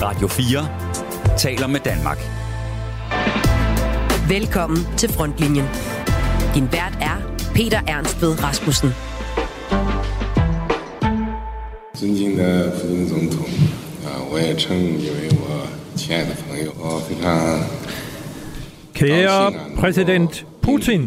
Radio 4 taler med Danmark. Velkommen til Frontlinjen. Din vært er Peter Ernst Ved Rasmussen. 尊敬的普京总统我也称你为我亲爱的朋友非常 Kære præsident Putin,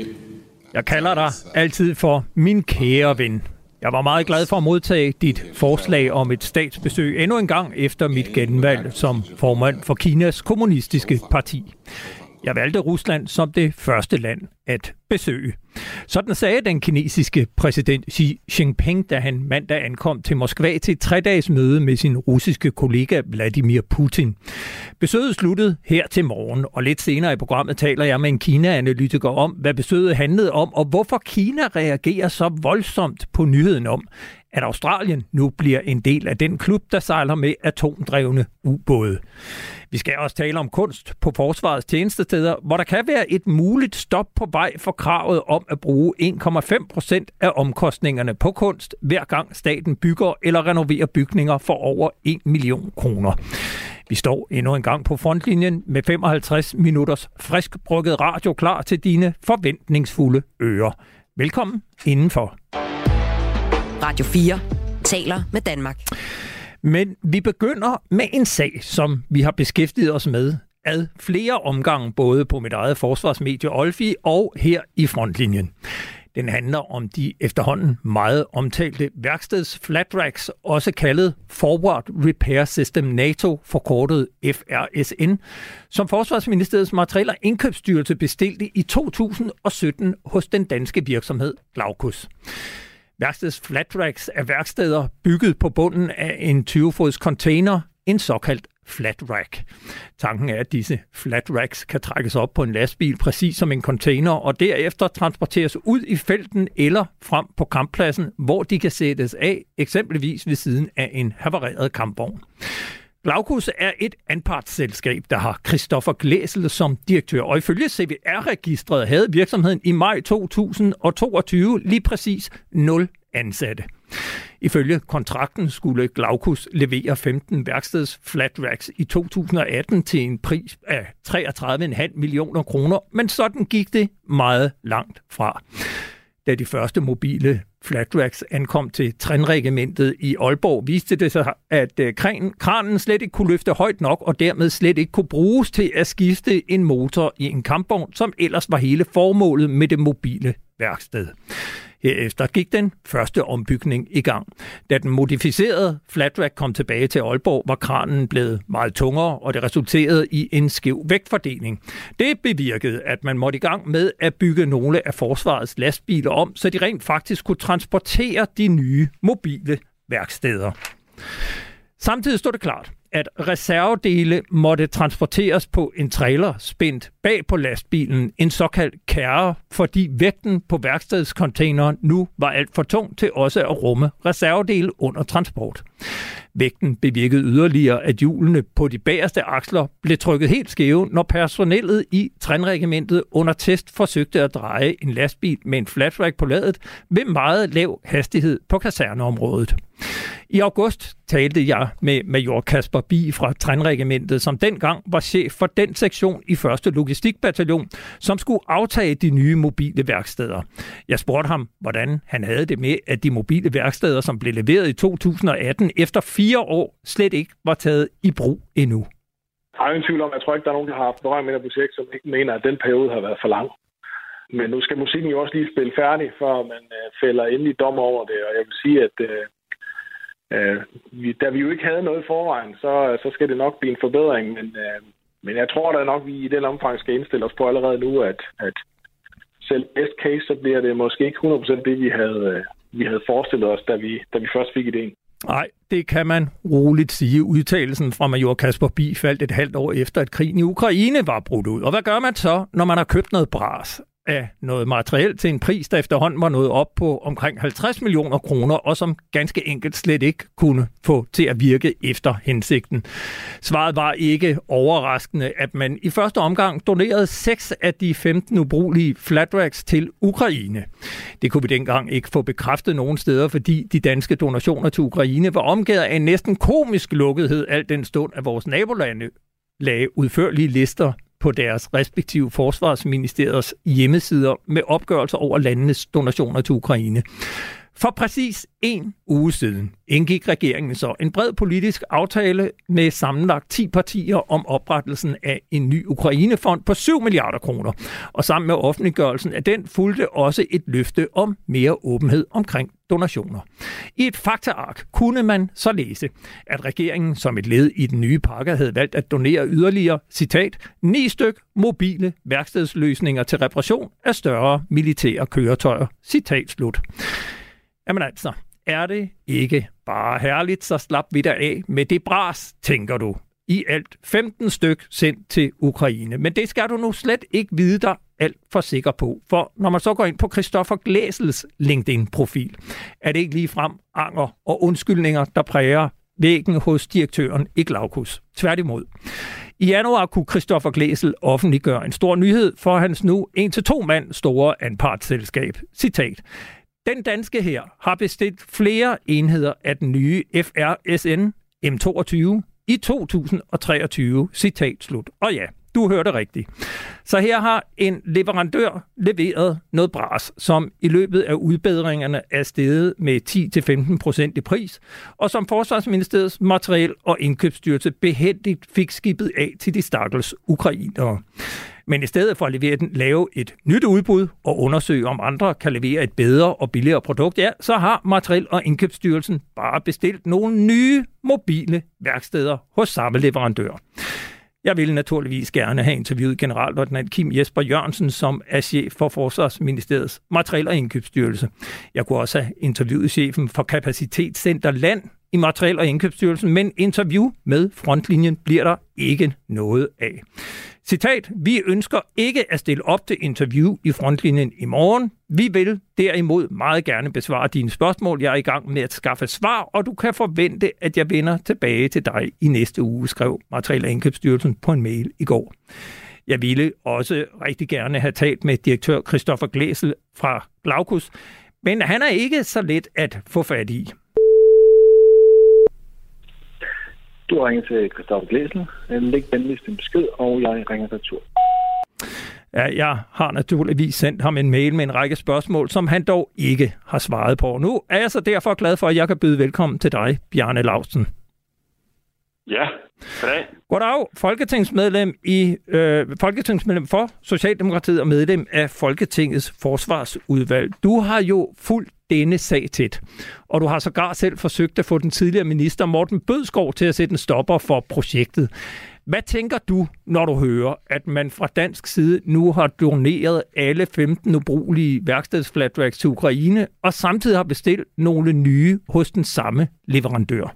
jeg kalder dig altid for min kære ven. Jeg var meget glad for at modtage dit forslag om et statsbesøg endnu en gang efter mit genvalg som formand for Kinas kommunistiske parti. Jeg valgte Rusland som det første land at besøge. Sådan sagde den kinesiske præsident Xi Jinping, da han mandag ankom til Moskva til et 3-dages møde med sin russiske kollega Vladimir Putin. Besøget sluttede her til morgen, og lidt senere i programmet taler jeg med en Kina-analytiker om, hvad besøget handlede om, og hvorfor Kina reagerer så voldsomt på nyheden om, at Australien nu bliver en del af den klub, der sejler med atomdrevne ubåde. Vi skal også tale om kunst på forsvarets tjenestesteder, hvor der kan være et muligt stop på vej for kravet om at bruge 1,5% af omkostningerne på kunst, hver gang staten bygger eller renoverer bygninger for over 1 million kroner. Vi står endnu en gang på frontlinjen med 55 minutters frisk brygget radio klar til dine forventningsfulde ører. Velkommen indenfor. Radio 4 taler med Danmark. Men vi begynder med en sag, som vi har beskæftiget os med ad flere omgange, både på mit eget forsvarsmedie Olfi og her i Frontlinjen. Den handler om de efterhånden meget omtalte værkstedsflatracks, også kaldet Forward Repair System NATO, forkortet FRSN, som Forsvarsministeriets Materiel- og Indkøbsstyrelse bestilte i 2017 hos den danske virksomhed Glaucus. Værkstedsflatracks er værksteder bygget på bunden af en 20-fods container, en såkaldt flatrack. Tanken er, at disse flatracks kan trækkes op på en lastbil, præcis som en container, og derefter transporteres ud i felten eller frem på kamppladsen, hvor de kan sættes af, eksempelvis ved siden af en havareret kampvogn. Glaucus er et anpartsselskab, der har Christoffer Glæsel som direktør, og ifølge CVR-registret havde virksomheden i maj 2022 lige præcis 0 ansatte. Ifølge kontrakten skulle Glaucus levere 15 værkstedsflatracks i 2018 til en pris af 33,5 millioner kroner, men sådan gik det meget langt fra. Da de første mobile flatracks ankom til Trænregimentet i Aalborg, viste det sig, at kranen slet ikke kunne løfte højt nok, og dermed slet ikke kunne bruges til at skifte en motor i en kampvogn, som ellers var hele formålet med det mobile værksted. Herefter gik den første ombygning i gang. Da den modificerede flatrack kom tilbage til Aalborg, var kranen blevet meget tungere, og det resulterede i en skæv vægtfordeling. Det bevirkede, at man måtte i gang med at bygge nogle af forsvarets lastbiler om, så de rent faktisk kunne transportere de nye mobile værksteder. Samtidig stod det klart, at reservedele måtte transporteres på en trailer spændt bag på lastbilen, en såkaldt kærre, fordi vægten på værkstedscontaineren nu var alt for tung til også at rumme reservedele under transport. Vægten bevirkede yderligere, at hjulene på de bagerste aksler blev trykket helt skæve, når personellet i Trænregimentet under test forsøgte at dreje en lastbil med en flatrack på ladet ved meget lav hastighed på kaserneområdet. I august talte jeg med major Kasper Bi fra Trænregimentet, som dengang var chef for den sektion i 1. Logistikbataljon, som skulle aftage de nye mobile værksteder. Jeg spurgte ham, hvordan han havde det med, at de mobile værksteder, som blev leveret i 2018 efter 4 år, slet ikke var taget i brug endnu. Der er ingen tvivl om, jeg tror ikke, der er nogen, der har haft berøring med det projekt, som ikke mener, at den periode har været for lang. Men nu skal musikken jo også lige spille færdig, før man fælder endelig dom over det. Og jeg vil sige, at da vi jo ikke havde noget i forvejen, så skal det nok blive en forbedring. Men jeg tror da nok, vi i den omfang skal indstille os på allerede nu, at selv best case, så bliver det måske ikke 100% det, vi havde forestillet os, da vi først fik idéen. Nej, det kan man roligt sige. Udtalelsen fra major Kasper Bi faldt et halvt år efter, at krigen i Ukraine var brudt ud. Og hvad gør man så, når man har købt noget bras? af noget materiel til en pris, der efterhånden var nået op på omkring 50 millioner kroner, og som ganske enkelt slet ikke kunne få til at virke efter hensigten. Svaret var ikke overraskende, at man i første omgang donerede 6 af de 15 ubrugelige flatracks til Ukraine. Det kunne vi dengang ikke få bekræftet nogen steder, fordi de danske donationer til Ukraine var omgivet af en næsten komisk lukkethed, al den stund af vores nabolande lagde udførlige lister på deres respektive forsvarsministeriers hjemmesider med opgørelser over landenes donationer til Ukraine. For præcis 1 uge siden indgik regeringen så en bred politisk aftale med sammenlagt 10 partier om oprettelsen af en ny Ukrainefond på 7 milliarder kroner. Og sammen med offentliggørelsen af den fulgte også et løfte om mere åbenhed omkring donationer. I et faktaark kunne man så læse, at regeringen som et led i den nye pakke havde valgt at donere yderligere, citat, 9 styk mobile værkstedsløsninger til reparation af større militære køretøjer, citat slut. Jamen altså, er det ikke bare herligt, så slap vi der af med det bras, tænker du. I alt 15 styk sendt til Ukraine. Men det skal du nu slet ikke vide dig alt for sikker på. For når man så går ind på Christoffer Glæsels LinkedIn-profil, er det ikke ligefrem anger og undskyldninger, der præger væggen hos direktøren i Glaucus. Tværtimod. I januar kunne Christoffer Glæsel offentliggøre en stor nyhed for hans nu 1-2 mand store anpartsselskab. Citat. Den danske hær har bestilt flere enheder af den nye FRSN M22 i 2023. Citat slut. Og ja, du hørte rigtigt. Så her har en leverandør leveret noget bras, som i løbet af udbedringerne er steget med 10-15% i pris, og som Forsvarsministeriets materiel- og indkøbsstyrelse behændigt fik skibet af til de stakkels ukrainere. Men i stedet for at lave et nyt udbud og undersøge, om andre kan levere et bedre og billigere produkt, ja, så har Materiel- og Indkøbsstyrelsen bare bestilt nogle nye mobile værksteder hos samme leverandør. Jeg ville naturligvis gerne have interviewet generalløjtnant Kim Jesper Jørgensen, som er chef for Forsvarsministeriets Materiel- og Indkøbsstyrelse. Jeg kunne også have interviewet chefen for Kapacitetscenter Land i Materiel- og Indkøbsstyrelsen, men interview med Frontlinjen bliver der ikke noget af. Citat, vi ønsker ikke at stille op til interview i Frontlinjen i morgen. Vi vil derimod meget gerne besvare dine spørgsmål. Jeg er i gang med at skaffe svar, og du kan forvente, at jeg vender tilbage til dig i næste uge, skrev Materiel- og Indkøbsstyrelsen på en mail i går. Jeg ville også rigtig gerne have talt med direktør Christoffer Glæsel fra Glaucus, men han er ikke så let at få fat i. Du har ringet til Christoffer Glæsel. Læg venligst en besked, og jeg ringer retur. Ja, jeg har naturligvis sendt ham en mail med en række spørgsmål, som han dog ikke har svaret på. Nu er jeg så derfor glad for, at jeg kan byde velkommen til dig, Bjarne Laustsen. Ja, goddag. Goddag, folketingsmedlem for Socialdemokratiet og medlem af Folketingets forsvarsudvalg. Du har jo fulgt denne sag tæt, og du har sågar selv forsøgt at få den tidligere minister Morten Bødskov til at sætte en stopper for projektet. Hvad tænker du, når du hører, at man fra dansk side nu har doneret alle 15 ubrugelige værkstedsflatracks til Ukraine, og samtidig har bestilt nogle nye hos den samme leverandør?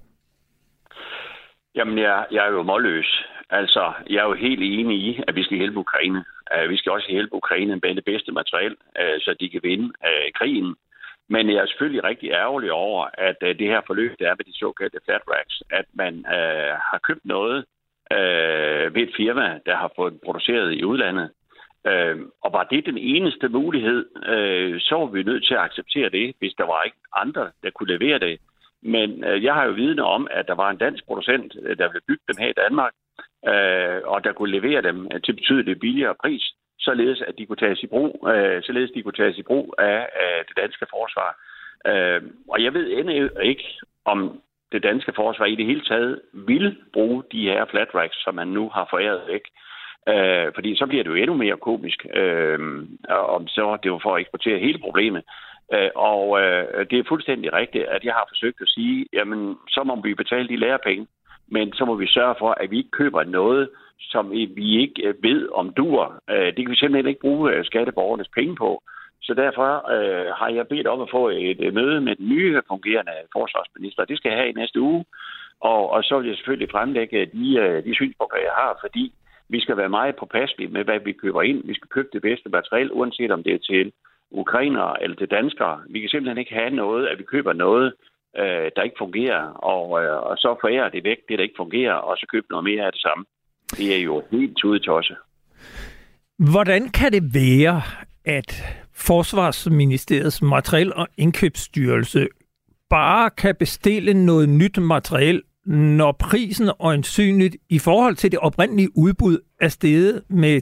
Jamen, jeg er jo målløs. Altså, jeg er jo helt enig i, at vi skal hjælpe Ukraine. Vi skal også hjælpe Ukraine med det bedste materiel, så de kan vinde krigen. Men jeg er selvfølgelig rigtig ærgerlig over, at det her forløb, der er med de såkaldte flatracks, at man har købt noget ved et firma, der har fået produceret i udlandet. Og var det den eneste mulighed, så var vi nødt til at acceptere det, hvis der var ikke andre, der kunne levere det. Men jeg har jo viden om, at der var en dansk producent, der ville bygge dem her i Danmark, og der kunne levere dem til betydeligt billigere pris, således at de kunne tages i brug af det danske forsvar. Og jeg ved endnu ikke, om det danske forsvar i det hele taget vil bruge de her flatracks, som man nu har foræret væk. Fordi så bliver det jo endnu mere komisk, om så det var for at eksportere hele problemet. Og det er fuldstændig rigtigt, at jeg har forsøgt at sige, jamen, så må vi betale de lærepenge, men så må vi sørge for, at vi ikke køber noget, som vi ikke ved om dur. Det kan vi simpelthen ikke bruge skatteborgernes penge på. Så derfor har jeg bedt om at få et møde med den nye fungerende forsvarsminister. Det skal jeg have i næste uge, og så vil jeg selvfølgelig fremlægge de synspunkter, jeg har, fordi Vi skal være meget påpasselige med, hvad vi køber ind. Vi skal købe det bedste materiale, uanset om det er til ukrainere eller til danskere. Vi kan simpelthen ikke have noget, at vi køber noget, der ikke fungerer, og så forærer det væk, det der ikke fungerer, og så købe noget mere af det samme. Det er jo helt tudetosset. Hvordan kan det være, at Forsvarsministeriets materiel- og indkøbsstyrelse bare kan bestille noget nyt materiel, når prisen øjensynligt i forhold til det oprindelige udbud er steget med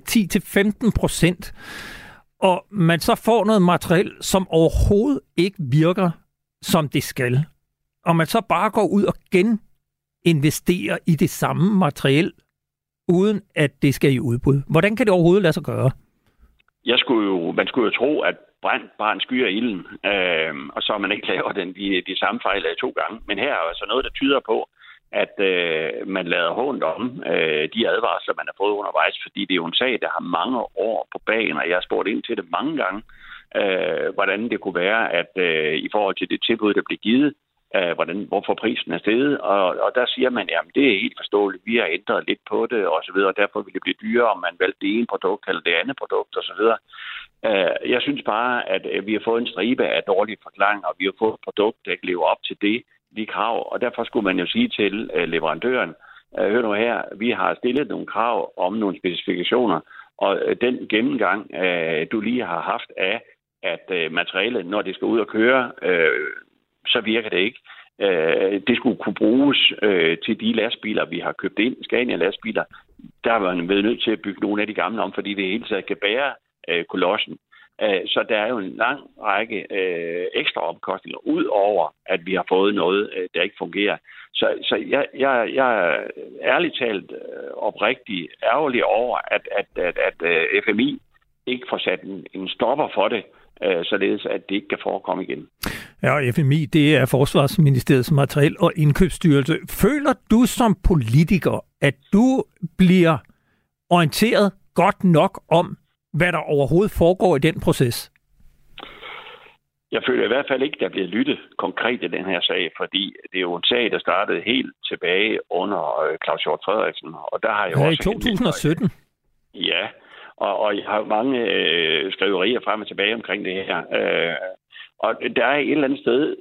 10-15%, og man så får noget materiel, som overhovedet ikke virker, som det skal, og man så bare går ud og geninvesterer i det samme materiel, uden at det skal i udbud. Hvordan kan det overhovedet lade sig gøre? Man skulle jo tro, at brand bare skyer ilden, og så man ikke laver de samme fejl 2 gange. Men her er altså noget, der tyder på, at man lader hånd om de advarsler, man har fået undervejs, fordi det er jo en sag, der har mange år på bagen, og jeg har spurgt ind til det mange gange, hvordan det kunne være, at i forhold til det tilbud, der blev givet, hvorfor prisen er steget, og der siger man, jamen det er helt forståeligt, vi har ændret lidt på det, og så videre, og derfor vil det blive dyrere, om man valgte det ene produkt eller det andet produkt, og så videre. Jeg synes bare, at vi har fået en stribe af dårlige forklaringer, og vi har fået et produkt, der ikke lever op til de krav, og derfor skulle man jo sige til leverandøren, hør nu her, vi har stillet nogle krav om nogle specifikationer, og den gennemgang, du lige har haft af, at materialet, når det skal ud og køre, så virker det ikke. Det skulle kunne bruges til de lastbiler, vi har købt ind, Scania-lastbiler. Der har man været nødt til at bygge nogle af de gamle om, fordi det hele taget kan bære kolossen. Så der er jo en lang række ekstra omkostninger, ud over, at vi har fået noget, der ikke fungerer. Så jeg er ærligt talt oprigtigt ærgerlig over, at FMI ikke får sat en stopper for det, således at det ikke kan forekomme igen. Ja, FMI, det er Forsvarsministeriets materiel- og indkøbsstyrelse. Føler du som politiker, at du bliver orienteret godt nok om, hvad der overhovedet foregår i den proces? Jeg føler i hvert fald ikke, der bliver lyttet konkret i den her sag, fordi det er jo en sag, der startede helt tilbage under Claus Hjort Frederiksen. Og der har jo også i 2017. Ja, og jeg har jo mange skriverier frem og tilbage omkring det her. Og der er et eller andet sted,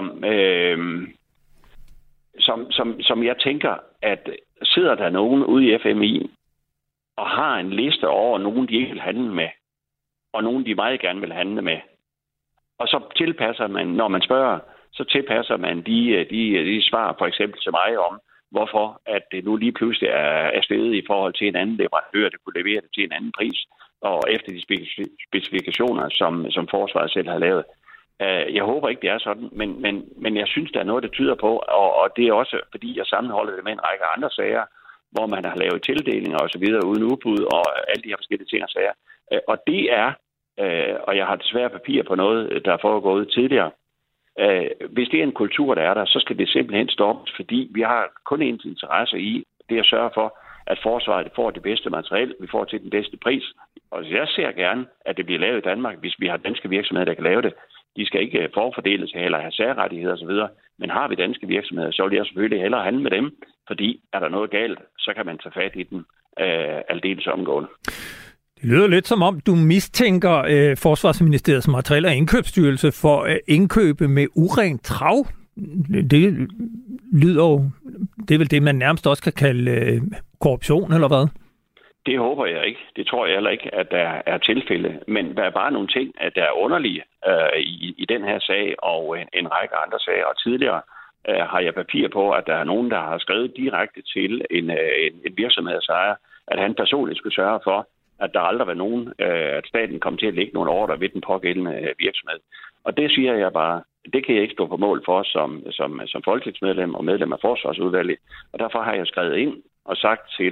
som jeg tænker, at sidder der nogen ude i FMI og har en liste over nogen, de ikke vil handle med, og nogen, de meget gerne vil handle med. Og så tilpasser man, når man spørger, så tilpasser man de svar, for eksempel til mig om, hvorfor at det nu lige pludselig er steget i forhold til en anden leverandør, der kunne levere det til en anden pris, og efter de specifikationer, som forsvaret selv har lavet. Jeg håber ikke, det er sådan, men jeg synes, der er noget, der tyder på, og det er også, fordi jeg sammenholder det med en række andre sager, hvor man har lavet tildelinger og så videre uden udbud og alle de her forskellige ting og sager. Og det er, og jeg har desværre papir på noget, der er foregået tidligere. Hvis det er en kultur, der er der, så skal det simpelthen stoppes, fordi vi har kun en interesse i det at sørge for, at forsvaret får det bedste materiel, vi får til den bedste pris. Og jeg ser gerne, at det bliver lavet i Danmark, hvis vi har danske virksomheder, der kan lave det. De skal ikke forfordeles eller have særrettigheder osv., men har vi danske virksomheder, så vil jeg selvfølgelig hellere handle med dem, fordi er der noget galt, så kan man tage fat i den aldeles omgående. Det lyder lidt som om, du mistænker Forsvarsministeriets materiel- og indkøbsstyrelse for at indkøbe med urent trav. Det lyder jo, det er vel det, man nærmest også kan kalde korruption, eller hvad? Det håber jeg ikke. Det tror jeg heller ikke, at der er tilfælde. Men der er bare nogle ting, der er underlige i den her sag og en række andre sager. Og tidligere har jeg papir på, at der er nogen, der har skrevet direkte til en virksomhedsejer, at han personligt skulle sørge for, at der aldrig var nogen, at staten kom til at lægge nogle ordre ved den pågældende virksomhed. Og det siger jeg bare, det kan jeg ikke stå på mål for som folketingsmedlem og medlem af Forsvarsudvalget. Og derfor har jeg skrevet ind og sagt til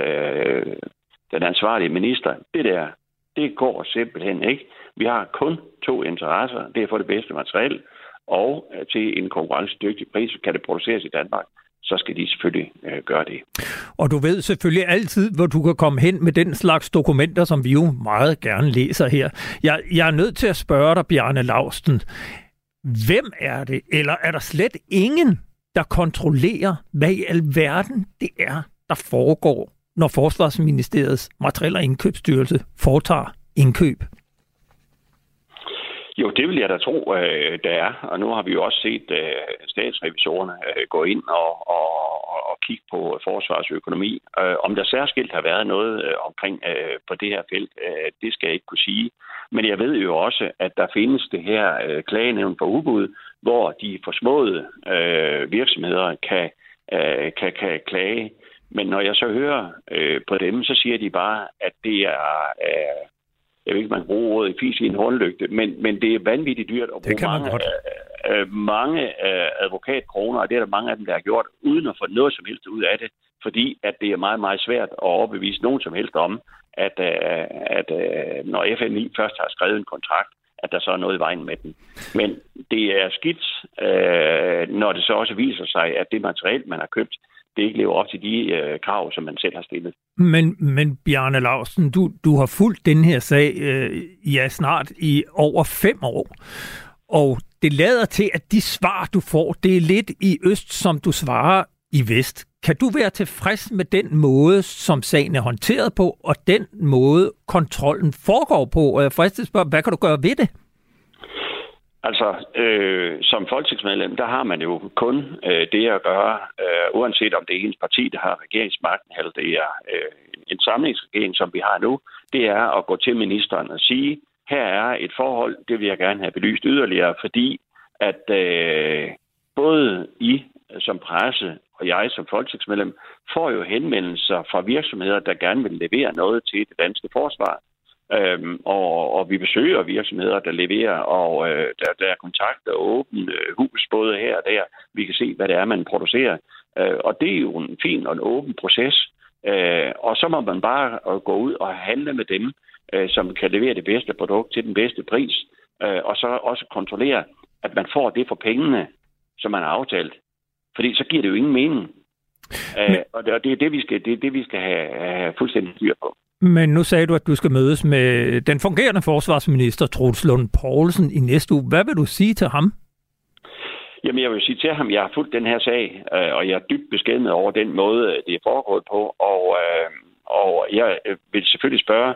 den ansvarlige minister, det går simpelthen ikke. Vi har kun 2 interesser. Det er for det bedste materiel, og til en konkurrencedygtig pris kan det produceres i Danmark. Så skal de selvfølgelig gøre det. Og du ved selvfølgelig altid, hvor du kan komme hen med den slags dokumenter, som vi jo meget gerne læser her. Jeg er nødt til at spørge dig, Bjarne Laustsen. Hvem er det, eller er der slet ingen, der kontrollerer, hvad i alverden det er, der foregår, når Forsvarsministeriets Materiel- og Indkøbsstyrelse foretager indkøb? Jo, det vil jeg da tro, der er. Og nu har vi jo også set statsrevisorerne gå ind og kigge på forsvarsøkonomi. Om der særskilt har været noget omkring på det her felt, det skal jeg ikke kunne sige. Men jeg ved jo også, at der findes det her klagenævn for udbud, hvor de forsmåede virksomheder kan klage. Men når jeg så hører på dem, så siger de bare, at det er... jeg ved ikke, man bruger ordet fis i en hornlygte, men det er vanvittigt dyrt at bruge mange advokatkroner, og det er der mange af dem, der har gjort, uden at få noget som helst ud af det, fordi at det er meget, meget svært at overbevise nogen som helst om, at når FMI først har skrevet en kontrakt, at der så er noget i vejen med den. Men det er skidt, når det så også viser sig, at det materiel, man har købt, det ikke lever op til de krav, som man selv har stillet. Men Bjarne Laustsen, du har fulgt den her sag snart i over 5 år. Og det lader til, at de svar, du får, det er lidt i øst, som du svarer i vest. Kan du være tilfreds med den måde, som sagen er håndteret på, og den måde, kontrollen foregår på? Og jeg fristes spørge, hvad kan du gøre ved det? Altså, som folketingsmedlem, der har man jo kun det at gøre, uanset om det er ens parti, der har regeringsmagten, eller det er en samlingsregering, som vi har nu, det er at gå til ministeren og sige, her er et forhold, det vil jeg gerne have belyst yderligere, fordi at både I som presse og jeg som folketingsmedlem får jo henvendelser fra virksomheder, der gerne vil levere noget til det danske forsvar. Og vi besøger virksomheder, der leverer, og der er kontakt og åben hus både her og der. Vi kan se, hvad det er, man producerer. Og det er jo en fin og en åben proces. Og så må man bare gå ud og handle med dem, som kan levere det bedste produkt til den bedste pris. Og så også kontrollere, at man får det for pengene, som man har aftalt. Fordi så giver det jo ingen mening. Og det er det, vi skal have fuldstændig styr på. Men nu sagde du, at du skal mødes med den fungerende forsvarsminister, Troels Lund Poulsen, i næste uge. Hvad vil du sige til ham? Jamen, jeg vil sige til ham, at jeg har fulgt den her sag, og jeg er dybt beskæmmet over den måde, det er foregået på. Og jeg vil selvfølgelig spørge,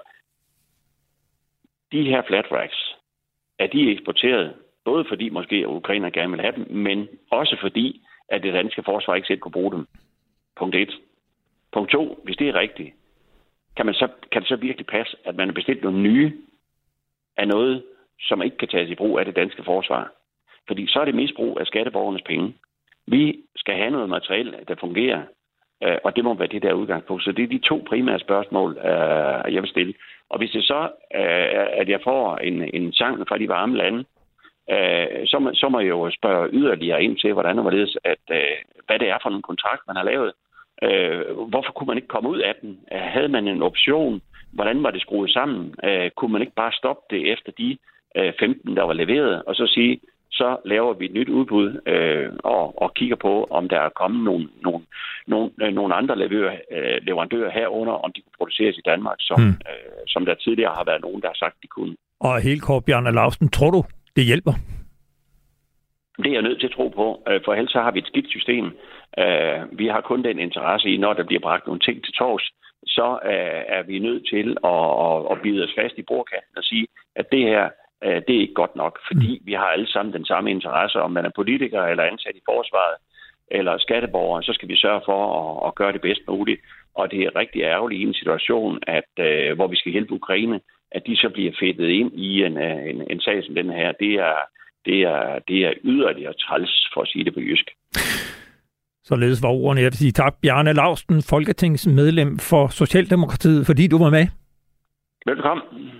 de her flat racks, er de eksporteret, både fordi måske Ukraine gerne vil have dem, men også fordi, at det danske forsvar ikke selv kunne bruge dem. Punkt 1. Punkt 2, hvis det er rigtigt, kan det så virkelig passe, at man har bestilt nogle nye af noget, som ikke kan tages i brug af det danske forsvar? Fordi så er det misbrug af skatteborgernes penge. Vi skal have noget materiel, der fungerer, og det må være det der udgangspunkt. Så det er de 2 primære spørgsmål, jeg vil stille. Og hvis det så at jeg får en sang fra de varme lande, så må jeg jo spørge yderligere ind til, hvordan og hvorledes, hvad det er for en kontrakt, man har lavet. Hvorfor kunne man ikke komme ud af den? Havde man en option? Hvordan var det skruet sammen? Kunne man ikke bare stoppe det efter de 15, der var leveret, og så sige, så laver vi et nyt udbud og kigger på, om der er kommet nogle andre leverandører herunder, om de kunne produceres i Danmark, som der tidligere har været nogen, der har sagt, de kunne. Og helt kort, Bjarne Laustsen, tror du, det hjælper? Det er jeg nødt til at tro på, for ellers så har vi et skidt system. Vi har kun den interesse i, når der bliver bragt nogle ting til torvs, så er vi nødt til at bide os fast i bordkanten og sige, at det her, det er ikke godt nok, fordi vi har alle sammen den samme interesse, om man er politiker eller ansat i forsvaret eller skatteborger, så skal vi sørge for at gøre det bedst muligt. Og det er rigtig ærgerligt i en situation, at hvor vi skal hjælpe Ukraine, at de så bliver fedtet ind i en sag som den her. Det er yderligere træls, for at sige det på jysk. Således var ordene. Jeg vil sige tak, Bjarne Laustsen, folketingsmedlem for Socialdemokratiet, fordi du var med. Velkommen.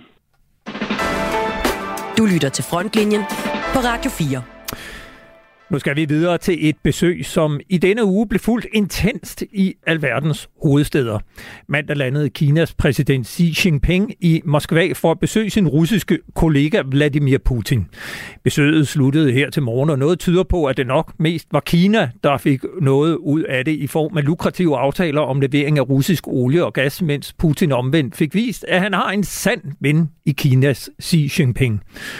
Du lytter til Frontlinjen på Radio 4. Nu skal vi videre til et besøg, som i denne uge blev fuldt intenst i alverdens hovedsteder. Mandag landede Kinas præsident Xi Jinping i Moskva for at besøge sin russiske kollega Vladimir Putin. Besøget sluttede her til morgen, og noget tyder på, at det nok mest var Kina, der fik noget ud af det i form af lukrative aftaler om levering af russisk olie og gas, mens Putin omvendt fik vist, at han har en sand ven i Kinas Xi Jinping.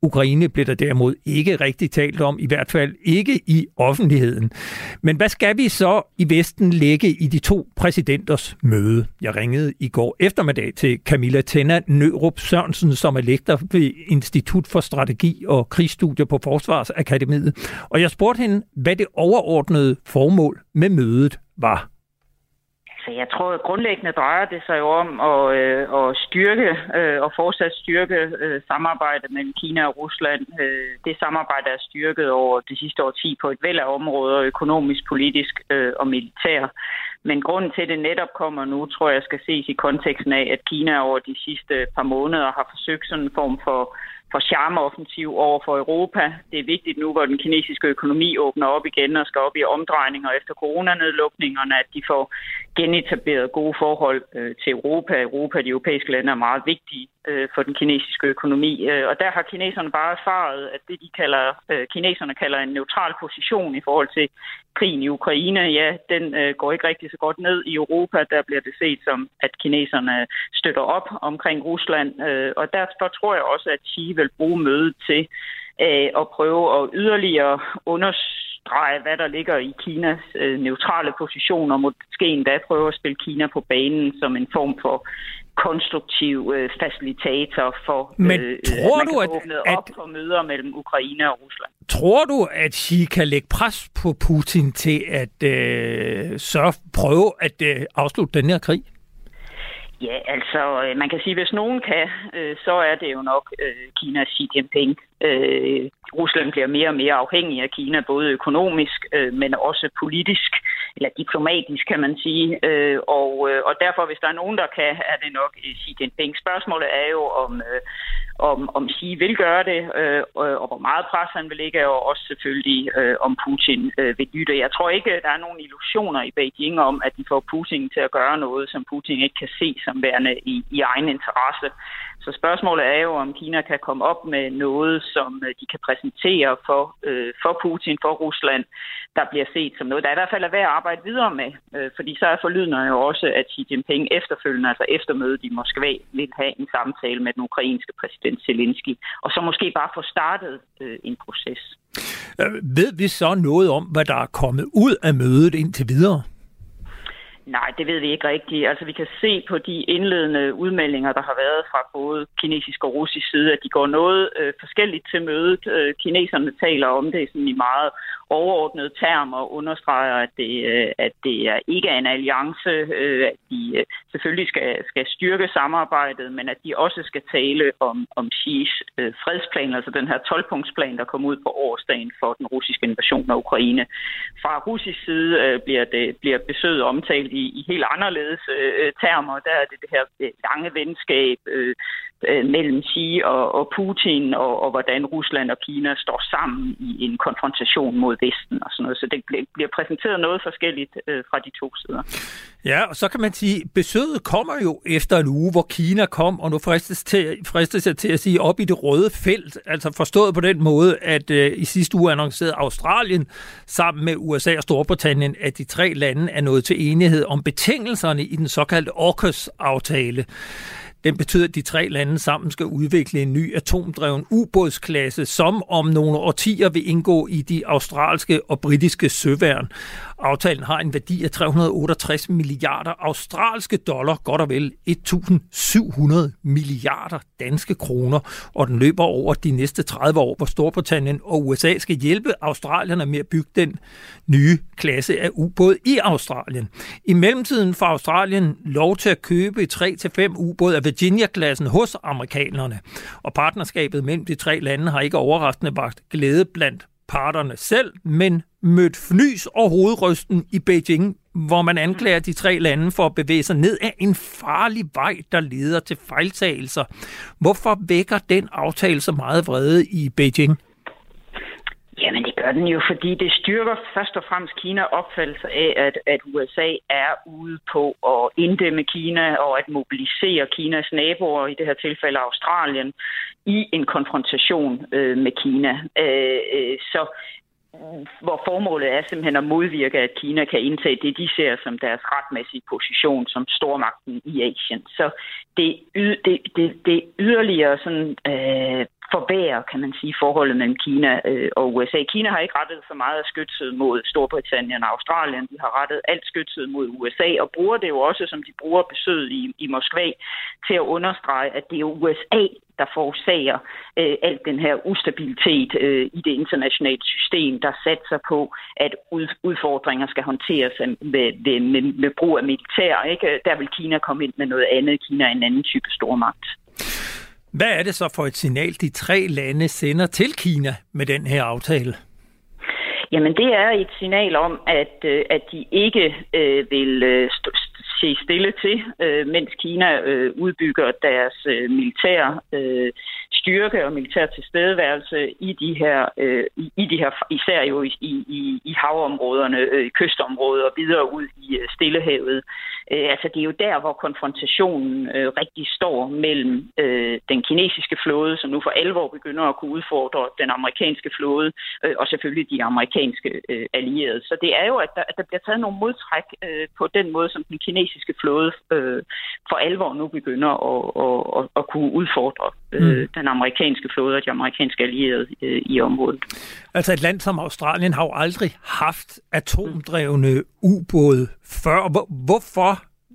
Ukraine blev der derimod ikke rigtig talt om, i hvert fald ikke i offentligheden. Men hvad skal vi så i Vesten lægge i de to præsidenters møde? Jeg ringede i går eftermiddag til Camilla Tenna Nørup Sørensen, som er lektor ved Institut for Strategi og Krigsstudier på Forsvarsakademiet. Og jeg spurgte hende, hvad det overordnede formål med mødet var. Jeg tror, at grundlæggende drejer det sig jo om at styrke og fortsat styrke samarbejdet mellem Kina og Rusland. Det samarbejde er styrket over det sidste årti på et væld af områder, økonomisk, politisk og militær. Men grunden til, at det netop kommer nu, tror jeg skal ses i konteksten af, at Kina over de sidste par måneder har forsøgt sådan en form for charmeoffensiv over for Europa. Det er vigtigt nu, hvor den kinesiske økonomi åbner op igen og skal op i omdrejninger efter coronanedlukningerne, at de får genetableret gode forhold til Europa. Europa og de europæiske lande er meget vigtige for den kinesiske økonomi. Og der har kineserne bare erfaret, at det, kineserne kalder en neutral position i forhold til krigen i Ukraine, ja, den går ikke rigtig så godt ned i Europa. Der bliver det set som, at kineserne støtter op omkring Rusland. Og derfor tror jeg også, at Xi vil bruge mødet til at prøve at yderligere understrege, hvad der ligger i Kinas neutrale position, og måske endda prøve at spille Kina på banen som en form for konstruktiv facilitator for, men tror man du, kan åbne op for møder mellem Ukraine og Rusland. Tror du, at Xi kan lægge pres på Putin til at prøve at afslutte den her krig? Ja, altså, man kan sige, at hvis nogen kan, så er det jo nok Kinas Xi Jinping. Rusland bliver mere og mere afhængig af Kina, både økonomisk, men også politisk, eller diplomatisk, kan man sige. Og derfor, hvis der er nogen, der kan, er det nok Xi Jinping. Spørgsmålet er jo, om Xi vil gøre det, og hvor meget pres han vil lægge, og også selvfølgelig, om Putin vil lytte. Jeg tror ikke, der er nogen illusioner i Beijing om, at de får Putin til at gøre noget, som Putin ikke kan se som værende i egen interesse. Så spørgsmålet er jo, om Kina kan komme op med noget, som de kan præsentere for Putin, for Rusland, der bliver set som noget, der i hvert fald er værd at arbejde videre med. Fordi så er forlydende jo også, at Xi Jinping efterfølgende, altså efter mødet i Moskva, vil have en samtale med den ukrainske præsident Zelensky, og så måske bare få startet en proces. Ved vi så noget om, hvad der er kommet ud af mødet indtil videre? Nej, det ved vi ikke rigtigt. Altså, vi kan se på de indledende udmeldinger, der har været fra både kinesisk og russisk side, at de går noget forskelligt til mødet. Kineserne taler om det sådan i meget overordnede termer og understreger, at det ikke er en alliance, at de selvfølgelig skal styrke samarbejdet, men at de også skal tale om Xis fredsplan, altså den her 12-punktsplan, der kom ud på årsdagen for den russiske invasion af Ukraine. Fra russisk side bliver besøget omtalt i helt anderledes termer. Der er det her lange venskab mellem Xi og Putin, og hvordan Rusland og Kina står sammen i en konfrontation mod Vesten og sådan noget. Så det bliver præsenteret noget forskelligt fra de to sider. Ja, og så kan man sige, at besøget kommer jo efter en uge, hvor Kina kom, og nu fristes jeg til at sige op i det røde felt, altså forstået på den måde, at i sidste uge annoncerede Australien sammen med USA og Storbritannien, at de tre lande er nået til enighed om betingelserne i den såkaldte AUKUS-aftale. Den betyder, at de tre lande sammen skal udvikle en ny atomdreven ubådsklasse, som om nogle årtier vil indgå i de australske og britiske søværn. Aftalen har en værdi af 368 milliarder australske dollar, godt og vel 1.700 milliarder danske kroner, og den løber over de næste 30 år, hvor Storbritannien og USA skal hjælpe australierne med at bygge den nye klasse af ubåd i Australien. I mellemtiden får Australien lov til at købe 3-5 ubåde af Virginia-klassen hos amerikanerne, og partnerskabet mellem de tre lande har ikke overraskende vakt glæde blandt parterne selv, men mødt fnys og hovedrysten i Beijing, hvor man anklager de tre lande for at bevæge sig ned ad en farlig vej, der leder til fejltagelser. Hvorfor vækker den aftale så meget vrede i Beijing? Jamen, det gør den jo, fordi det styrker først og fremmest Kina opfattelse af, at USA er ude på at inddæmme Kina og at mobilisere Kinas naboer, i det her tilfælde Australien, i en konfrontation med Kina. Så hvor formålet er simpelthen at modvirke, at Kina kan indtage det, de ser som deres retmæssige position som stormagten i Asien. Så det yderligere sådan, forværrer, kan man sige, forholdet mellem Kina og USA. Kina har ikke rettet så meget af skytset mod Storbritannien og Australien. De har rettet alt skytset mod USA og bruger det jo også, som de bruger besøget i Moskva, til at understrege, at det er USA, der forårsager alt den her ustabilitet i det internationale system, der satser på, at udfordringer skal håndteres med brug af militær. Ikke? Der vil Kina komme ind med noget andet. Kina er en anden type stormagt. Hvad er det så for et signal, de 3 lande sender til Kina med den her aftale? Jamen, det er et signal om, at de ikke vil se stille til, mens Kina udbygger deres militære styrke og militær tilstedeværelse i de her især jo i havområderne, kystområder og videre ud i Stillehavet. Altså det er jo der, hvor konfrontationen rigtig står mellem den kinesiske flåde, som nu for alvor begynder at kunne udfordre den amerikanske flåde, og selvfølgelig de amerikanske allierede. Så det er jo, at der bliver taget nogle modtræk på den måde, som den kinesiske flåde for alvor nu begynder at kunne udfordre den amerikanske flåde og de amerikanske allierede i området. Altså et land som Australien har jo aldrig haft atomdrevne ubåde før. Hvorfor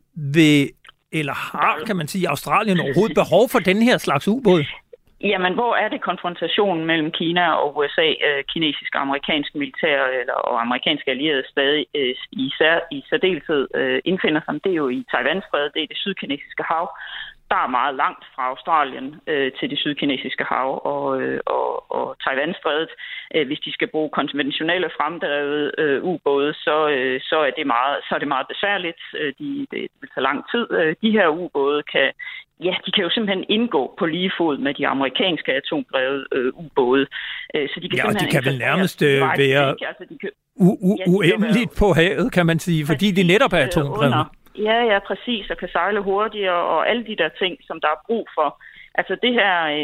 kan man sige, Australien overhovedet behov for den her slags ubåd? Jamen, hvor er det konfrontationen mellem Kina og USA, kinesisk og amerikansk militær og amerikanske allierede stadig i særdeleshed indfinder sig? Det er jo i Taiwanstrædet, det er det sydkinesiske hav. Der er meget langt fra Australien til det sydkinesiske hav og Taiwanstrædet. Hvis de skal bruge konventionelle fremdrevede ubåde, så er det meget besværligt. Det vil tage lang tid. De her ubåde de kan jo simpelthen indgå på lige fod med de amerikanske atomdrevede ubåde. Så de kan vel nærmest være uendeligt på havet, kan man sige, fordi de netop er atomdrevne. Ja, præcis, og kan sejle hurtigere, og alle de der ting, som der er brug for. Altså det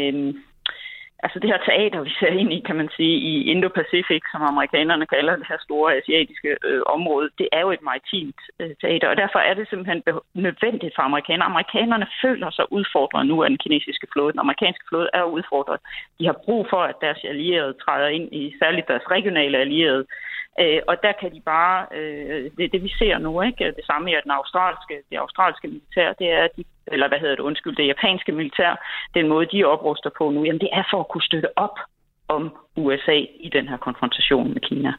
her teater, vi ser ind i, kan man sige, i Indo-Pacific, som amerikanerne kalder det her store asiatiske område, det er jo et maritimt teater, og derfor er det simpelthen nødvendigt for amerikanerne. Amerikanerne føler sig udfordret nu af den kinesiske flåde. Den amerikanske flåde er udfordret. De har brug for, at deres allierede træder ind i særligt deres regionale allierede. Og der kan de bare, det vi ser nu, ikke? Det samme er det australske militær, det er det japanske militær, den måde de opruster på nu, jamen det er for at kunne støtte op om USA i den her konfrontation med Kina.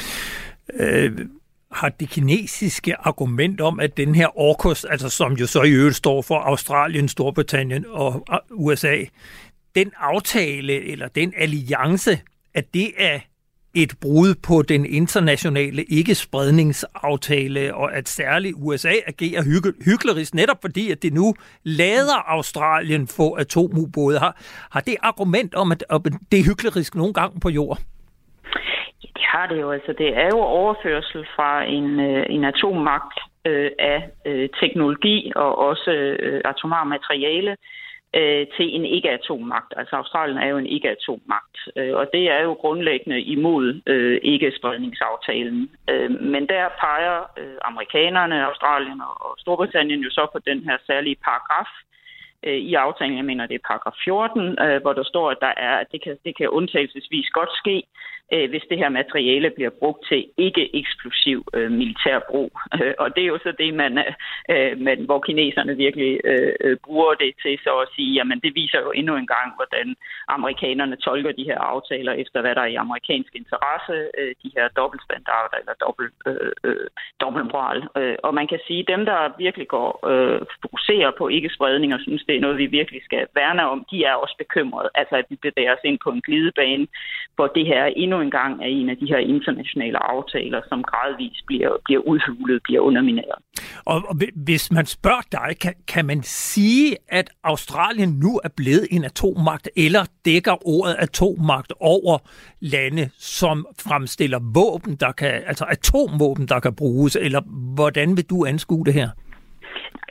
Har det kinesiske argument om, at den her AUKUS, altså som jo så i øvrigt står for Australien, Storbritannien og USA, den aftale eller den alliance, at det er et brud på den internationale ikke-spredningsaftale, og at særligt USA agerer hyklerisk, netop fordi, at det nu lader Australien få atomubåde. Har det argument om, at det er hyklerisk nogle gange på jord? Ja, det har det jo. Altså, det er jo overførsel fra en atommagt af teknologi og også atomar materiale til en ikke-atommagt. Altså Australien er jo en ikke-atommagt, og det er jo grundlæggende imod ikke-spredningsaftalen. Men der peger amerikanerne, Australien og Storbritannien jo så på den her særlige paragraf i aftalen, jeg mener det er paragraf 14, hvor der står, at det kan undtagelsesvis godt ske, hvis det her materiale bliver brugt til ikke-eksplosiv militær brug. Og det er jo så det, hvor kineserne virkelig bruger det til så at sige, jamen det viser jo endnu en gang, hvordan amerikanerne tolker de her aftaler efter, hvad der er i amerikansk interesse, de her dobbeltstandarder eller dobbeltmoral. Og man kan sige, at dem, der virkelig fokuserer på ikke-spredning og synes, det er noget, vi virkelig skal værne om, de er også bekymrede. Altså, at vi bevæger os ind på en glidebane, hvor det her endnu en gang er en af de her internationale aftaler, som gradvist bliver udhulet, bliver undermineret. Og hvis man spørger dig, kan man sige, at Australien nu er blevet en atommagt, eller dækker ordet atommagt over lande, som fremstiller våben, altså atomvåben, der kan bruges, eller hvordan vil du anskue det her? Jeg vil ikke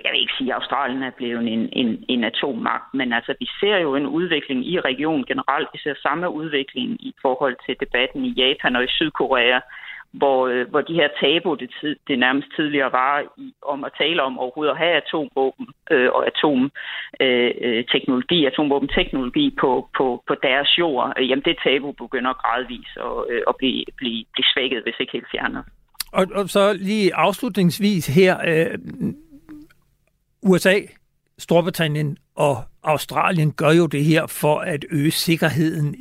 fordi Australien er blevet en atommagt. Men altså, vi ser jo en udvikling i regionen generelt. Vi ser samme udvikling i forhold til debatten i Japan og i Sydkorea, hvor de her tabu, det nærmest tidligere var om at tale om overhovedet at have atomvåben og atomvåbenteknologi på deres jord, jamen det tabu begynder gradvist at blive svækket, hvis ikke helt fjernet. Og så lige afslutningsvis her, USA, Storbritannien og Australien gør jo det her for at øge sikkerheden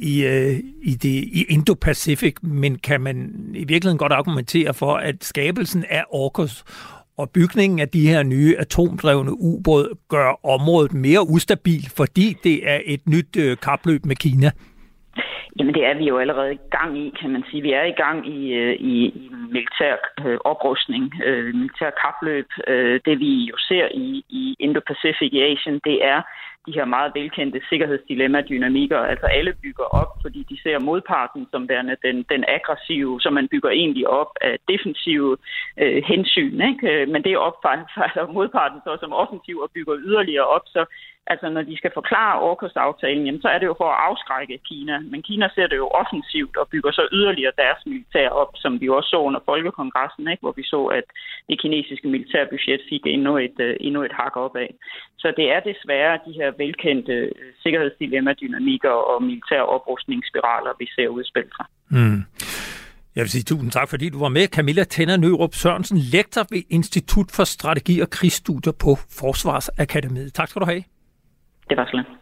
i Indo-Pacific, men kan man i virkeligheden godt argumentere for, at skabelsen af AUKUS og bygningen af de her nye atomdrevne ubåde gør området mere ustabilt, fordi det er et nyt kapløb med Kina? Jamen det er vi jo allerede i gang i, kan man sige. Vi er i gang i militær oprustning, militær kapløb. Det vi jo ser i Indo-Pacific i Asien, det er de her meget velkendte sikkerhedsdilemma-dynamikker. Altså alle bygger op, fordi de ser modparten som værende den aggressive, så man bygger egentlig op af defensive hensyn. Ikke? Men det opfatter modparten så som offensiv og bygger yderligere op, så altså, når de skal forklare AUKUS-aftalen, jamen, så er det jo for at afskrække Kina. Men Kina ser det jo offensivt og bygger så yderligere deres militær op, som vi også så under Folkekongressen, ikke? Hvor vi så, at det kinesiske militærbudget fik endnu et hak opad. Så det er desværre de her velkendte sikkerhedsdilemma-dynamikker og militære oprustningsspiraler, vi ser udspille sig. Jeg vil sige tusind tak, fordi du var med. Camilla Tenner Nørup Sørensen, lektor ved Institut for Strategi og Krigsstudier på Forsvarsakademiet. Tak skal du have. Det var slet.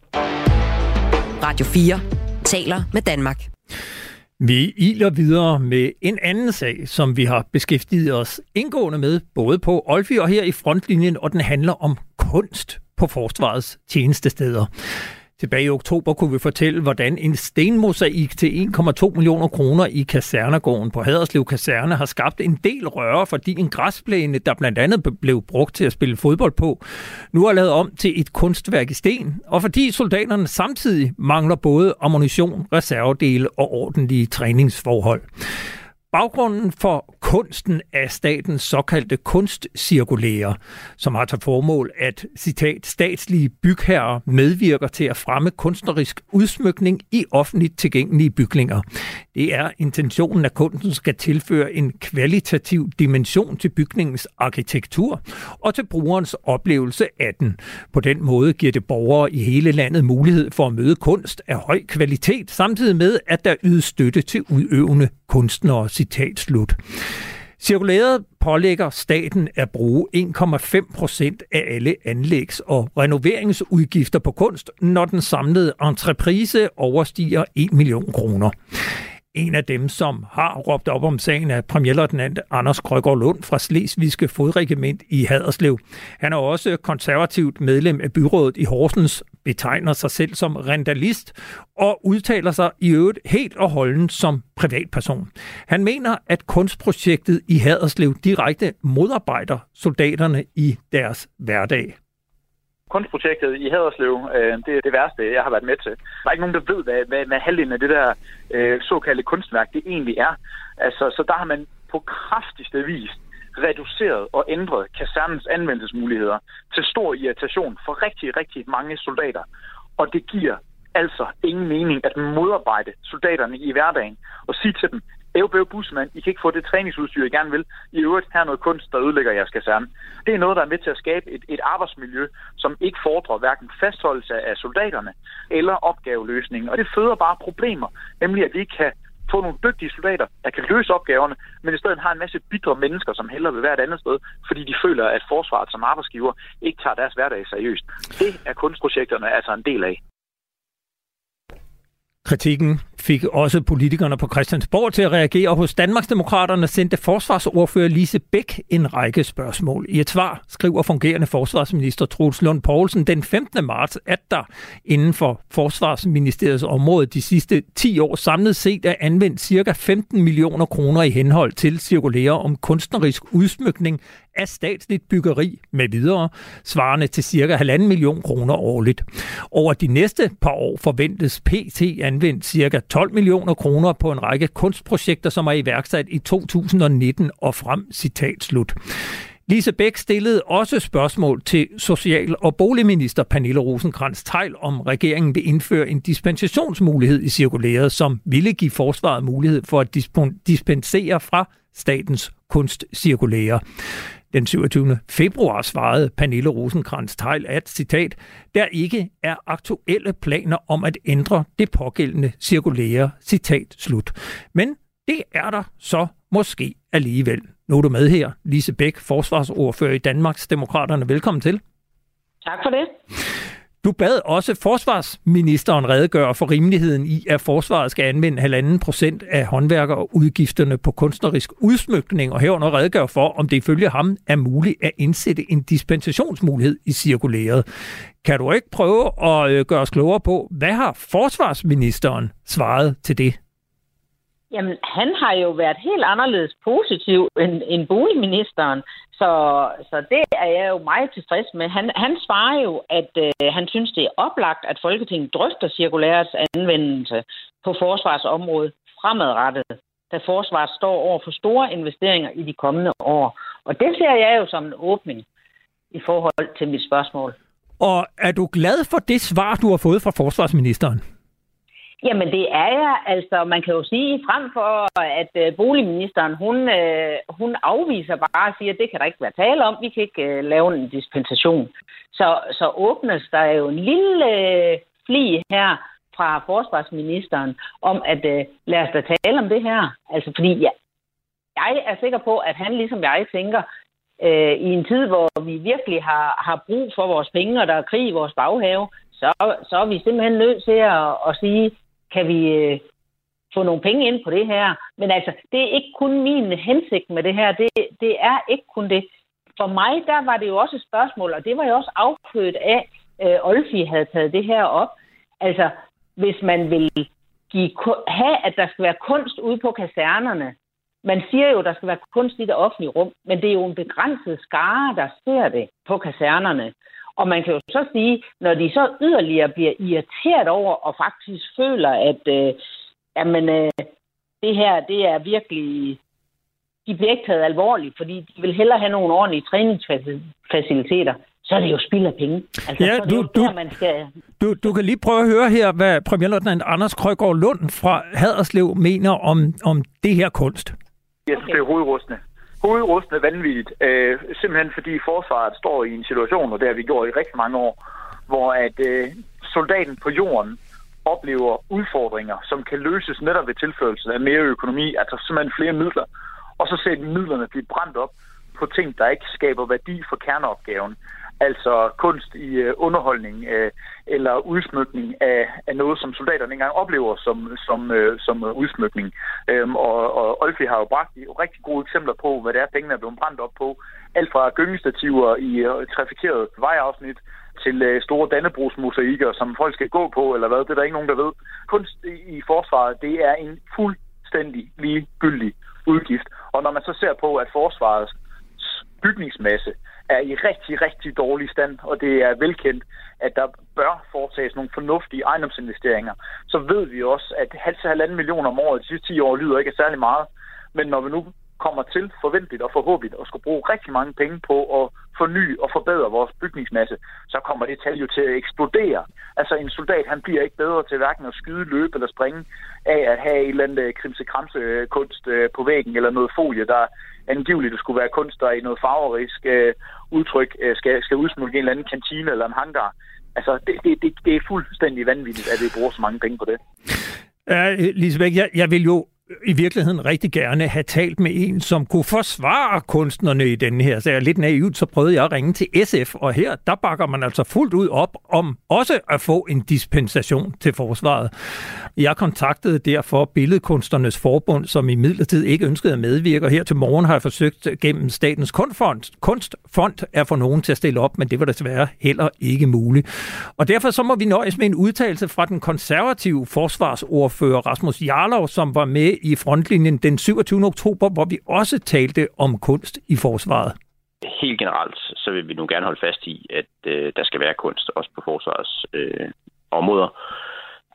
Radio 4 taler med Danmark. Vi iler videre med en anden sag, som vi har beskæftiget os indgående med, både på Olfi og her i Frontlinjen, og den handler om kunst på forsvarets tjenestesteder. Tilbage i oktober kunne vi fortælle, hvordan en stenmosaik til 1,2 millioner kroner i Kasernegården på Haderslev Kaserne har skabt en del røre, fordi en græsplæne, der blandt andet blev brugt til at spille fodbold på, nu er lavet om til et kunstværk i sten, og fordi soldaterne samtidig mangler både ammunition, reservedele og ordentlige træningsforhold. Baggrunden for kunsten er statens såkaldte kunstcirkulære, som har til formål at, citat, statslige bygherrer medvirker til at fremme kunstnerisk udsmykning i offentligt tilgængelige bygninger. Det er intentionen, at kunsten skal tilføre en kvalitativ dimension til bygningens arkitektur og til brugerens oplevelse af den. På den måde giver det borgere i hele landet mulighed for at møde kunst af høj kvalitet, samtidig med, at der ydes støtte til udøvende kunstnere. Citat slut. Cirkulæret pålægger staten at bruge 1,5% af alle anlægs- og renoveringsudgifter på kunst, når den samlede entreprise overstiger 1 million kroner. En af dem, som har råbt op om sagen, er premierløjtnant Anders Krøgaard Lund fra Slesvigske Fodregiment i Haderslev. Han er også konservativt medlem af byrådet i Horsens, betegner sig selv som randalist og udtaler sig i øvrigt helt og holdent som privatperson. Han mener, at kunstprojektet i Haderslev direkte modarbejder soldaterne i deres hverdag. Kunstprojektet i Haderslev, det er det værste, jeg har været med til. Der er ikke nogen, der ved, hvad halvdelen af det der såkaldte kunstværk det egentlig er. Altså, så der har man på kraftigste vis reduceret og ændret kasernens anvendelsesmuligheder til stor irritation for rigtig, rigtig mange soldater. Og det giver altså ingen mening at modarbejde soldaterne i hverdagen og sige til dem, Ævbøv Bussemand, I kan ikke få det træningsudstyr, I gerne vil. I øvrigt her noget kunst, der ødelægger jeres kaserne. Det er noget, der er med til at skabe et arbejdsmiljø, som ikke fordrer hverken fastholdelse af soldaterne eller opgaveløsning. Og det føder bare problemer, nemlig at vi ikke kan få nogle dygtige soldater, der kan løse opgaverne, men i stedet har en masse bitre mennesker, som hellere vil være et andet sted, fordi de føler, at forsvaret som arbejdsgiver ikke tager deres hverdag seriøst. Det er kunstprojekterne altså en del af. Kritikken fik også politikerne på Christiansborg til at reagere. Hos Danmarksdemokraterne sendte forsvarsordfører Lise Bæk en række spørgsmål. I et svar skriver fungerende forsvarsminister Troels Lund Poulsen den 15. marts, at der inden for Forsvarsministeriets område de sidste 10 år samlet set er anvendt ca. 15 millioner kroner i henhold til cirkulære om kunstnerisk udsmykning af statsligt byggeri med videre, svarende til ca. 1,5 million kroner årligt. Over de næste par år forventes PT anvendt ca. 12 millioner kroner på en række kunstprojekter, som er iværksat i 2019 og frem, citat slut. Lise Bech stillede også spørgsmål til social- og boligminister Pernille Rosenkrantz-Theil, om regeringen vil indføre en dispensationsmulighed i cirkulæret, som ville give forsvaret mulighed for at dispensere fra statens kunstcirkulære. Den 27. februar svarede Pernille Rosenkrantz-Theil, at, citat, der ikke er aktuelle planer om at ændre det pågældende cirkulære, citat slut. Men det er der så måske alligevel. Nu er du med her, Lise Bech, forsvarsordfører i Danmarksdemokraterne. Velkommen til. Tak for det. Du bad også forsvarsministeren redegøre for rimeligheden i, at forsvaret skal anvende 1,5% af håndværkerudgifterne på kunstnerisk udsmykning, og herunder redegøre for, om det ifølge ham er muligt at indsætte en dispensationsmulighed i cirkulæret. Kan du ikke prøve at gøre os klogere på, hvad har forsvarsministeren svaret til det? Jamen, han har jo været helt anderledes positiv end boligministeren, så det er jeg jo meget tilfreds med. Han svarer jo, at han synes, det er oplagt, at Folketinget drøfter cirkulærets anvendelse på forsvarsområdet fremadrettet, da forsvaret står over for store investeringer i de kommende år. Og det ser jeg jo som en åbning i forhold til mit spørgsmål. Og er du glad for det svar, du har fået fra forsvarsministeren? Jamen det er jeg. Altså man kan jo sige, frem for at boligministeren, hun afviser bare og siger, at det kan der ikke være tale om, vi kan ikke lave en dispensation. Så åbnes der jo en lille fli her fra forsvarsministeren om, at lad os da tale om det her. Altså fordi jeg er sikker på, at han ligesom jeg tænker, i en tid, hvor vi virkelig har brug for vores penge, og der er krig i vores baghave, så er vi simpelthen nødt til at sige, kan vi få nogle penge ind på det her? Men altså, det er ikke kun min hensigt med det her. Det er ikke kun det. For mig, der var det jo også et spørgsmål, og det var jo også affødt af, Olfi havde taget det her op. Altså, hvis man vil have, at der skal være kunst ude på kasernerne. Man siger jo, at der skal være kunst i det offentlige rum, men det er jo en begrænset skare, der ser det på kasernerne. Og man kan jo så sige, når de så yderligere bliver irriteret over og faktisk føler, at det her, det er virkelig... De bliver ikke taget alvorligt, fordi de vil hellere have nogle ordentlige træningsfaciliteter. Så er det jo spild af penge. Altså, ja, du kan lige prøve at høre her, hvad premierløjtnant Anders Krøgaard Lund fra Haderslev mener om det her kunst. Jeg synes, det er hovedrustende vanvittigt. Simpelthen fordi forsvaret står i en situation, og det har vi gjort i rigtig mange år, hvor at soldaten på jorden oplever udfordringer, som kan løses netop ved tilførelse af mere økonomi, altså simpelthen flere midler, og så ser midlerne blive brændt op på ting, der ikke skaber værdi for kerneopgaven. Altså kunst i underholdning eller udsmykning af noget, som soldaterne ikke engang oplever som udsmykning. Og Olfi har jo bragt rigtig gode eksempler på, hvad det er, pengene er blevet brændt op på. Alt fra gyngestativer i trafikerede vejafsnit til store dannebrogsmosaikker, som folk skal gå på, eller hvad, det er der ikke nogen, der ved. Kunst i forsvaret, det er en fuldstændig ligegyldig udgift. Og når man så ser på, at forsvarets bygningsmasse er i rigtig, rigtig dårlig stand, og det er velkendt, at der bør foretages nogle fornuftige ejendomsinvesteringer, så ved vi også, at 1,5 millioner om året de sidste 10 år lyder ikke særlig meget. Men når vi nu kommer til forventeligt og forhåbentlig at skulle bruge rigtig mange penge på at forny og forbedre vores bygningsmasse, så kommer det tal jo til at eksplodere. Altså en soldat, han bliver ikke bedre til hverken at skyde, løbe eller springe af at have et eller andet krimsekramse kunst på væggen eller noget folie, der angiveligt skulle være kunst, der i noget farverisk udtryk skal udsmykke en eller anden kantine eller en hangar. Altså det er fuldstændig vanvittigt, at vi bruger så mange penge på det. Ja, Lise Bech, jeg vil jo i virkeligheden rigtig gerne have talt med en, som kunne forsvare kunstnerne i denne her. Så jeg er lidt naivt, så prøvede jeg at ringe til SF, og her, der bakker man altså fuldt ud op om også at få en dispensation til forsvaret. Jeg kontaktede derfor Billedkunstnernes Forbund, som imidlertid ikke ønskede at medvirke, og her til morgen har jeg forsøgt gennem Statens Kunstfond at få nogen til at stille op, men det var desværre heller ikke muligt. Og derfor så må vi nøjes med en udtalelse fra den konservative forsvarsordfører Rasmus Jarlov, som var med i frontlinjen den 27. oktober, hvor vi også talte om kunst i forsvaret. Helt generelt, så vil vi nu gerne holde fast i, at der skal være kunst også på forsvarets områder.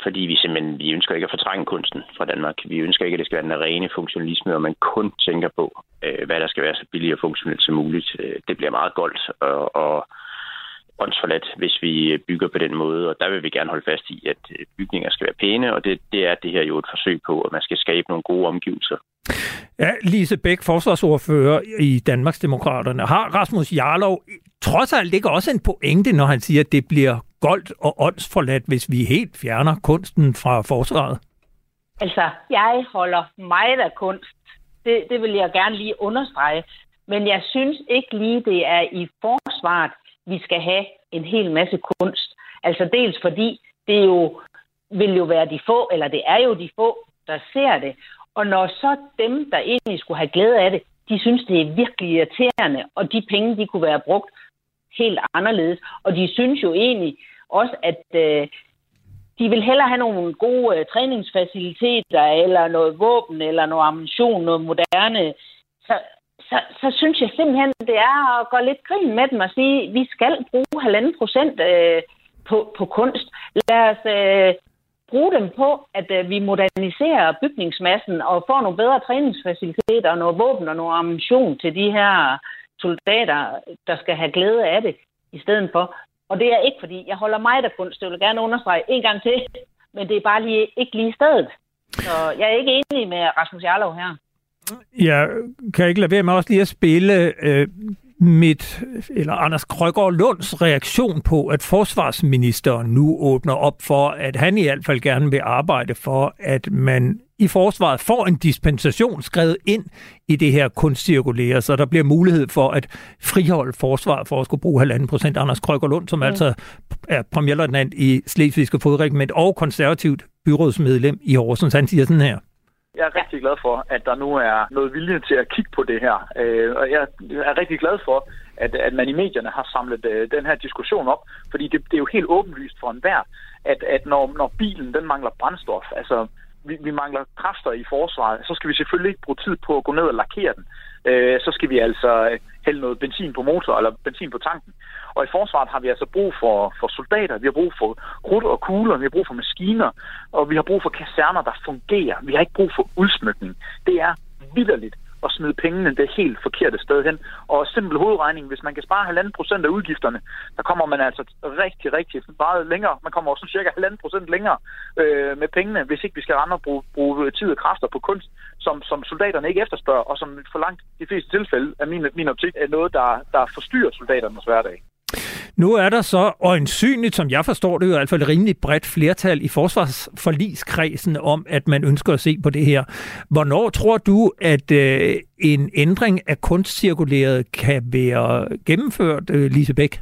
Fordi vi ønsker ikke at fortrænge kunsten fra Danmark. Vi ønsker ikke, at det skal være den rene funktionalisme, hvor man kun tænker på, hvad der skal være så billigt og funktionelt som muligt. Det bliver meget goldt og åndsforladt, hvis vi bygger på den måde. Og der vil vi gerne holde fast i, at bygninger skal være pæne, og det er det her jo et forsøg på, at man skal skabe nogle gode omgivelser. Ja, Lise Bech, forsvarsordfører i Danmarksdemokraterne. Har Rasmus Jarlov trods alt ikke også en pointe, når han siger, at det bliver goldt og åndsforladt, hvis vi helt fjerner kunsten fra forsvaret? Altså, jeg holder meget af kunst. Det vil jeg gerne lige understrege. Men jeg synes ikke lige, det er i forsvaret, vi skal have en hel masse kunst. Altså dels fordi det jo vil jo være de få, eller det er jo de få, der ser det. Og når så dem, der egentlig skulle have glæde af det, de synes, det er virkelig irriterende, og de penge, de kunne være brugt helt anderledes. Og de synes jo egentlig også, at de vil hellere have nogle gode træningsfaciliteter, eller noget våben, eller noget ammunition, noget moderne. Så synes jeg simpelthen, det er at gå lidt grin med dem og sige, at vi skal bruge 1,5% på kunst. Lad os bruge dem på, at vi moderniserer bygningsmassen og får nogle bedre træningsfaciliteter og noget våben og noget ammunition til de her soldater, der skal have glæde af det i stedet for. Og det er ikke, fordi jeg holder meget af kunst. Det vil jeg gerne understrege en gang til, men det er bare ikke lige stedet. Så jeg er ikke enig med Rasmus Jarlov her. Jeg kan ikke lade være med også lige at spille Anders Krøgaard Lunds reaktion på, at forsvarsministeren nu åbner op for, at han i hvert fald gerne vil arbejde for, at man i forsvaret får en dispensation skrevet ind i det her kunstcirkulære, så der bliver mulighed for at friholde forsvaret for at skulle bruge 1,5%. Anders Krøgaard Lund, som altså er premierløjtnant i Slesvigske Fodregiment og konservativt byrådsmedlem i Horsens, han siger sådan her. Jeg er rigtig glad for, at der nu er noget vilje til at kigge på det her. Og jeg er rigtig glad for, at man i medierne har samlet den her diskussion op, fordi det er jo helt åbenlyst for enhver, at når bilen den mangler brændstof, altså vi mangler kræfter i forsvaret, så skal vi selvfølgelig ikke bruge tid på at gå ned og lakere den. Så skal vi altså hælde noget benzin på motor eller benzin på tanken. Og i forsvaret har vi altså brug for soldater, vi har brug for krudt og kugler, vi har brug for maskiner, og vi har brug for kaserner, der fungerer. Vi har ikke brug for udsmykning. Det er vitterligt at smide pengene det helt forkerte sted hen. Og simpel hovedregning, hvis man kan spare 1,5% af udgifterne, så kommer man altså rigtig meget længere. Man kommer også cirka 1,5% længere med pengene, hvis ikke vi skal rende og bruge tid og kræfter på kunst, som soldaterne ikke efterspørger, og som for langt de fleste tilfælde af min optik er noget, der forstyrrer soldaternes hverdag. Nu er der så øjensynligt, som jeg forstår det, i hvert fald et rimelig bredt flertal i forsvarsforligskredsen om, at man ønsker at se på det her. Hvornår tror du, at en ændring af kunstcirkulæret kan være gennemført, Lise Bech?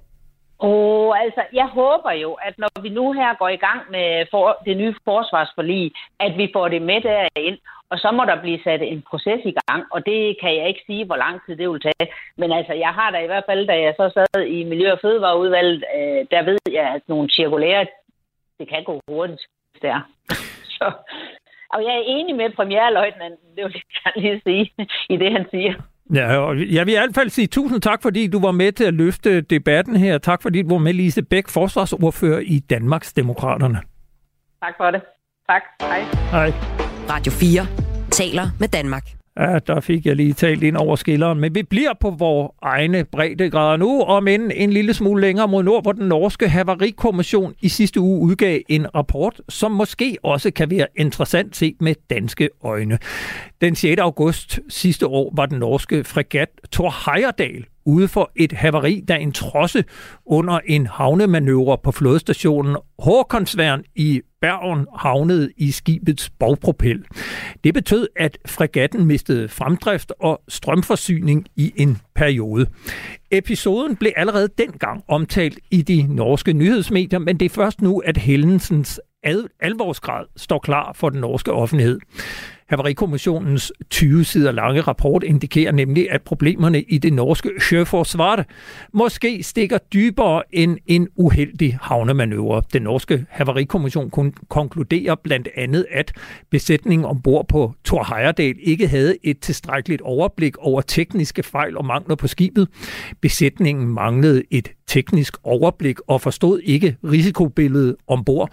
Altså, jeg håber jo, at når vi nu her går i gang med det nye forsvarsforlig, at vi får det med derind, og så må der blive sat en proces i gang, og det kan jeg ikke sige, hvor lang tid det vil tage. Men altså, jeg har da i hvert fald, da jeg så sad i Miljø- og Fødevareudvalget, der ved jeg, at nogle cirkulære, det kan gå hurtigt, hvis det er. Så, og jeg er enig med premierløjtnanten, det vil jeg gerne lige sige, i det han siger. Ja, og jeg vil i hvert fald sige tusind tak, fordi du var med til at løfte debatten her. Tak fordi du var med, Lise Bech, forsvarsordfører i Danmarksdemokraterne. Tak for det. Tak. Hej. Hej. Radio 4 taler med Danmark. Ja, der fik jeg lige talt ind over skilleren, men vi bliver på vores egne breddegrader nu, om en lille smule længere mod nord, hvor den norske havarikommission i sidste uge udgav en rapport, som måske også kan være interessant set med danske øjne. Den 6. august sidste år var den norske fregat Thor Heyerdahl ude for et havari, da en trosse under en havnemanøvre på flådestationen Håkonsvern i Bergen havnede i skibets bovpropel. Det betød, at fregatten mistede fremdrift og strømforsyning i en periode. Episoden blev allerede dengang omtalt i de norske nyhedsmedier, men det er først nu, at hændelsens alvorsgrad står klar for den norske offentlighed. Havarikommissionens 20 sider lange rapport indikerer nemlig, at problemerne i det norske Sjøforsvaret måske stikker dybere end en uheldig havnemanøvre. Den norske Havarikommission konkluderer blandt andet, at besætningen ombord på Thor Heyerdahl ikke havde et tilstrækkeligt overblik over tekniske fejl og mangler på skibet. Besætningen manglede et teknisk overblik og forstod ikke risikobilledet ombord.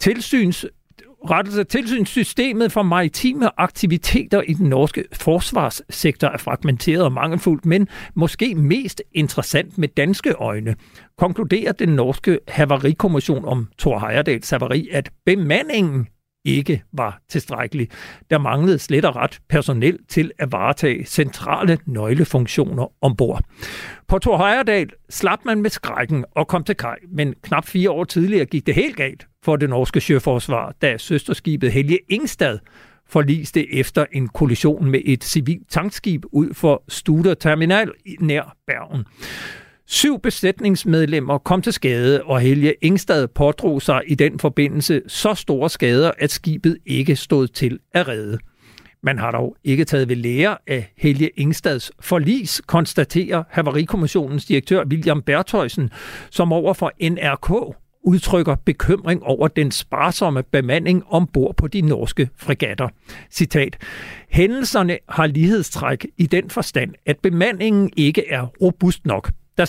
Tilsynssystemet for maritime aktiviteter i den norske forsvarssektor er fragmenteret og mangelfuldt, men måske mest interessant med danske øjne, konkluderer den norske Havarikommission om Thor Heyerdahls havari, at bemandingen ikke var tilstrækkelig. Der manglede slet og ret personel til at varetage centrale nøglefunktioner ombord. På Thor Heyerdahl slap man med skrækken og kom til kaj, men knap 4 år tidligere gik det helt galt for det norske søforsvar, da søsterskibet Helge Ingstad forliste efter en kollision med et civilt tankskib ud for Studer Terminal nær Bergen. 7 besætningsmedlemmer kom til skade, og Helge Ingstad pådrog sig i den forbindelse så store skader, at skibet ikke stod til at redde. Man har dog ikke taget ved lære af Helge Ingstads forlis, konstaterer Havarikommissionens direktør William Berthøjsen, som over for NRK udtrykker bekymring over den sparsomme bemanding ombord på de norske fregatter. Citat: hændelserne har lighedstræk i den forstand, at bemandingen ikke er robust nok.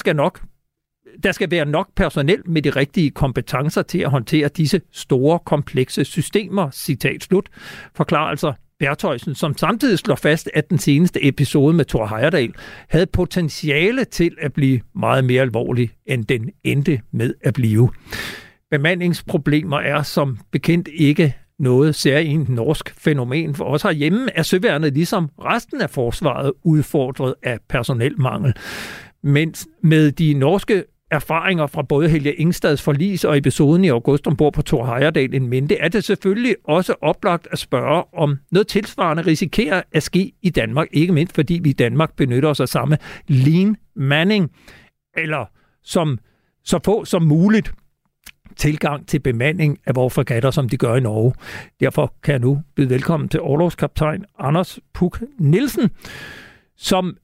Der skal være nok personel med de rigtige kompetencer til at håndtere disse store, komplekse systemer, citat slut, forklarer altså Berthøjsen, som samtidig slår fast, at den seneste episode med Thor Heyerdahl havde potentiale til at blive meget mere alvorlig, end den endte med at blive. Bemandingsproblemer er som bekendt ikke noget særligt norsk fænomen. For os herhjemme er søværnet ligesom resten af forsvaret udfordret af personelmangel. Mens med de norske erfaringer fra både Helge Ingstads forlis og episoden i august ombord på Thor Heyerdahl en mente, er det selvfølgelig også oplagt at spørge, om noget tilsvarende risikerer at ske i Danmark, ikke mindst fordi vi i Danmark benytter os af samme lean manning, eller som så få som muligt tilgang til bemanding af vores fregatter, som de gør i Norge. Derfor kan jeg nu byde velkommen til orlogskaptajn Anders Puk Nielsen, som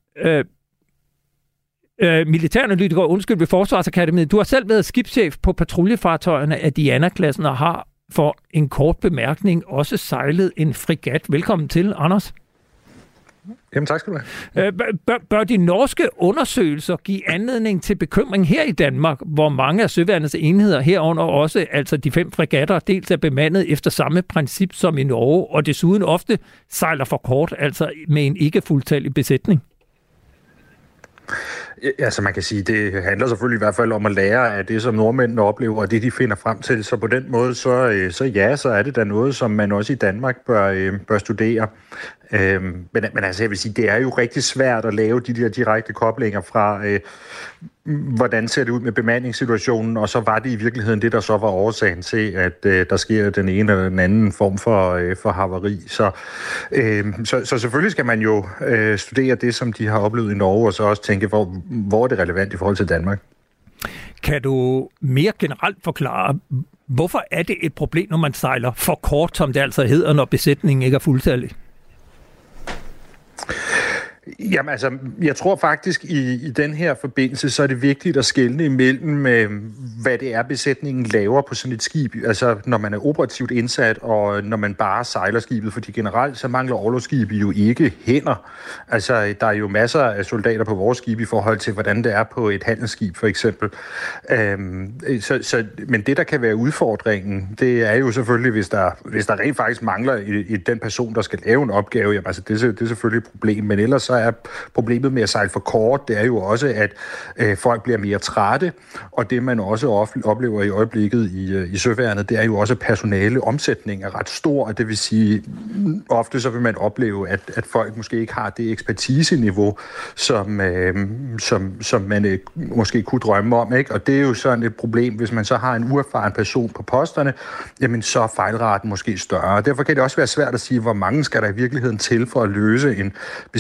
militæranalytiker, ved Forsvarsakademiet. Du har selv været skibschef på patruljefartøjerne af Diana-klassen og har for en kort bemærkning også sejlet en fregat. Velkommen til, Anders. Jamen tak skal du have. Bør de norske undersøgelser give anledning til bekymring her i Danmark, hvor mange af søværnets enheder herunder også, altså de 5 fregatter, dels er bemandet efter samme princip som i Norge, og desuden ofte sejler for kort, altså med en ikke fuldtallig besætning? Altså man kan sige, det handler selvfølgelig i hvert fald om at lære af det, som nordmændene oplever, og det de finder frem til. Så på den måde, så er det da noget, som man også i Danmark bør studere. Men altså jeg vil sige, det er jo rigtig svært at lave de der direkte koblinger fra, hvordan ser det ud med bemandingssituationen, og så var det i virkeligheden det, der så var årsagen til, at der sker den ene eller den anden form for havari. Så selvfølgelig skal man jo studere det, som de har oplevet i Norge, og så også tænke, hvor er det relevant i forhold til Danmark. Kan du mere generelt forklare, hvorfor er det et problem, når man sejler for kort, som det altså hedder, når besætningen ikke er fuldtallig? Jamen altså, jeg tror faktisk i den her forbindelse, så er det vigtigt at skelne imellem, hvad det er, besætningen laver på sådan et skib. Altså, når man er operativt indsat, og når man bare sejler skibet, fordi generelt så mangler orlogsskibe jo ikke hænder. Altså, der er jo masser af soldater på vores skib i forhold til, hvordan det er på et handelsskib, for eksempel. Men det, der kan være udfordringen, det er jo selvfølgelig, hvis der rent faktisk mangler i den person, der skal lave en opgave, jamen, altså, det er selvfølgelig et problem, men ellers så er problemet med at sejle for kort, det er jo også, at folk bliver mere trætte, og det man også oplever i øjeblikket i søværnet, det er jo også, at personale omsætning er ret stor, og det vil sige, ofte så vil man opleve, at folk måske ikke har det ekspertiseniveau, som man måske kunne drømme om, ikke? Og det er jo sådan et problem, hvis man så har en uerfaren person på posterne, jamen så er fejlraten måske større. Derfor kan det også være svært at sige, hvor mange skal der i virkeligheden til for at løse en bestemt type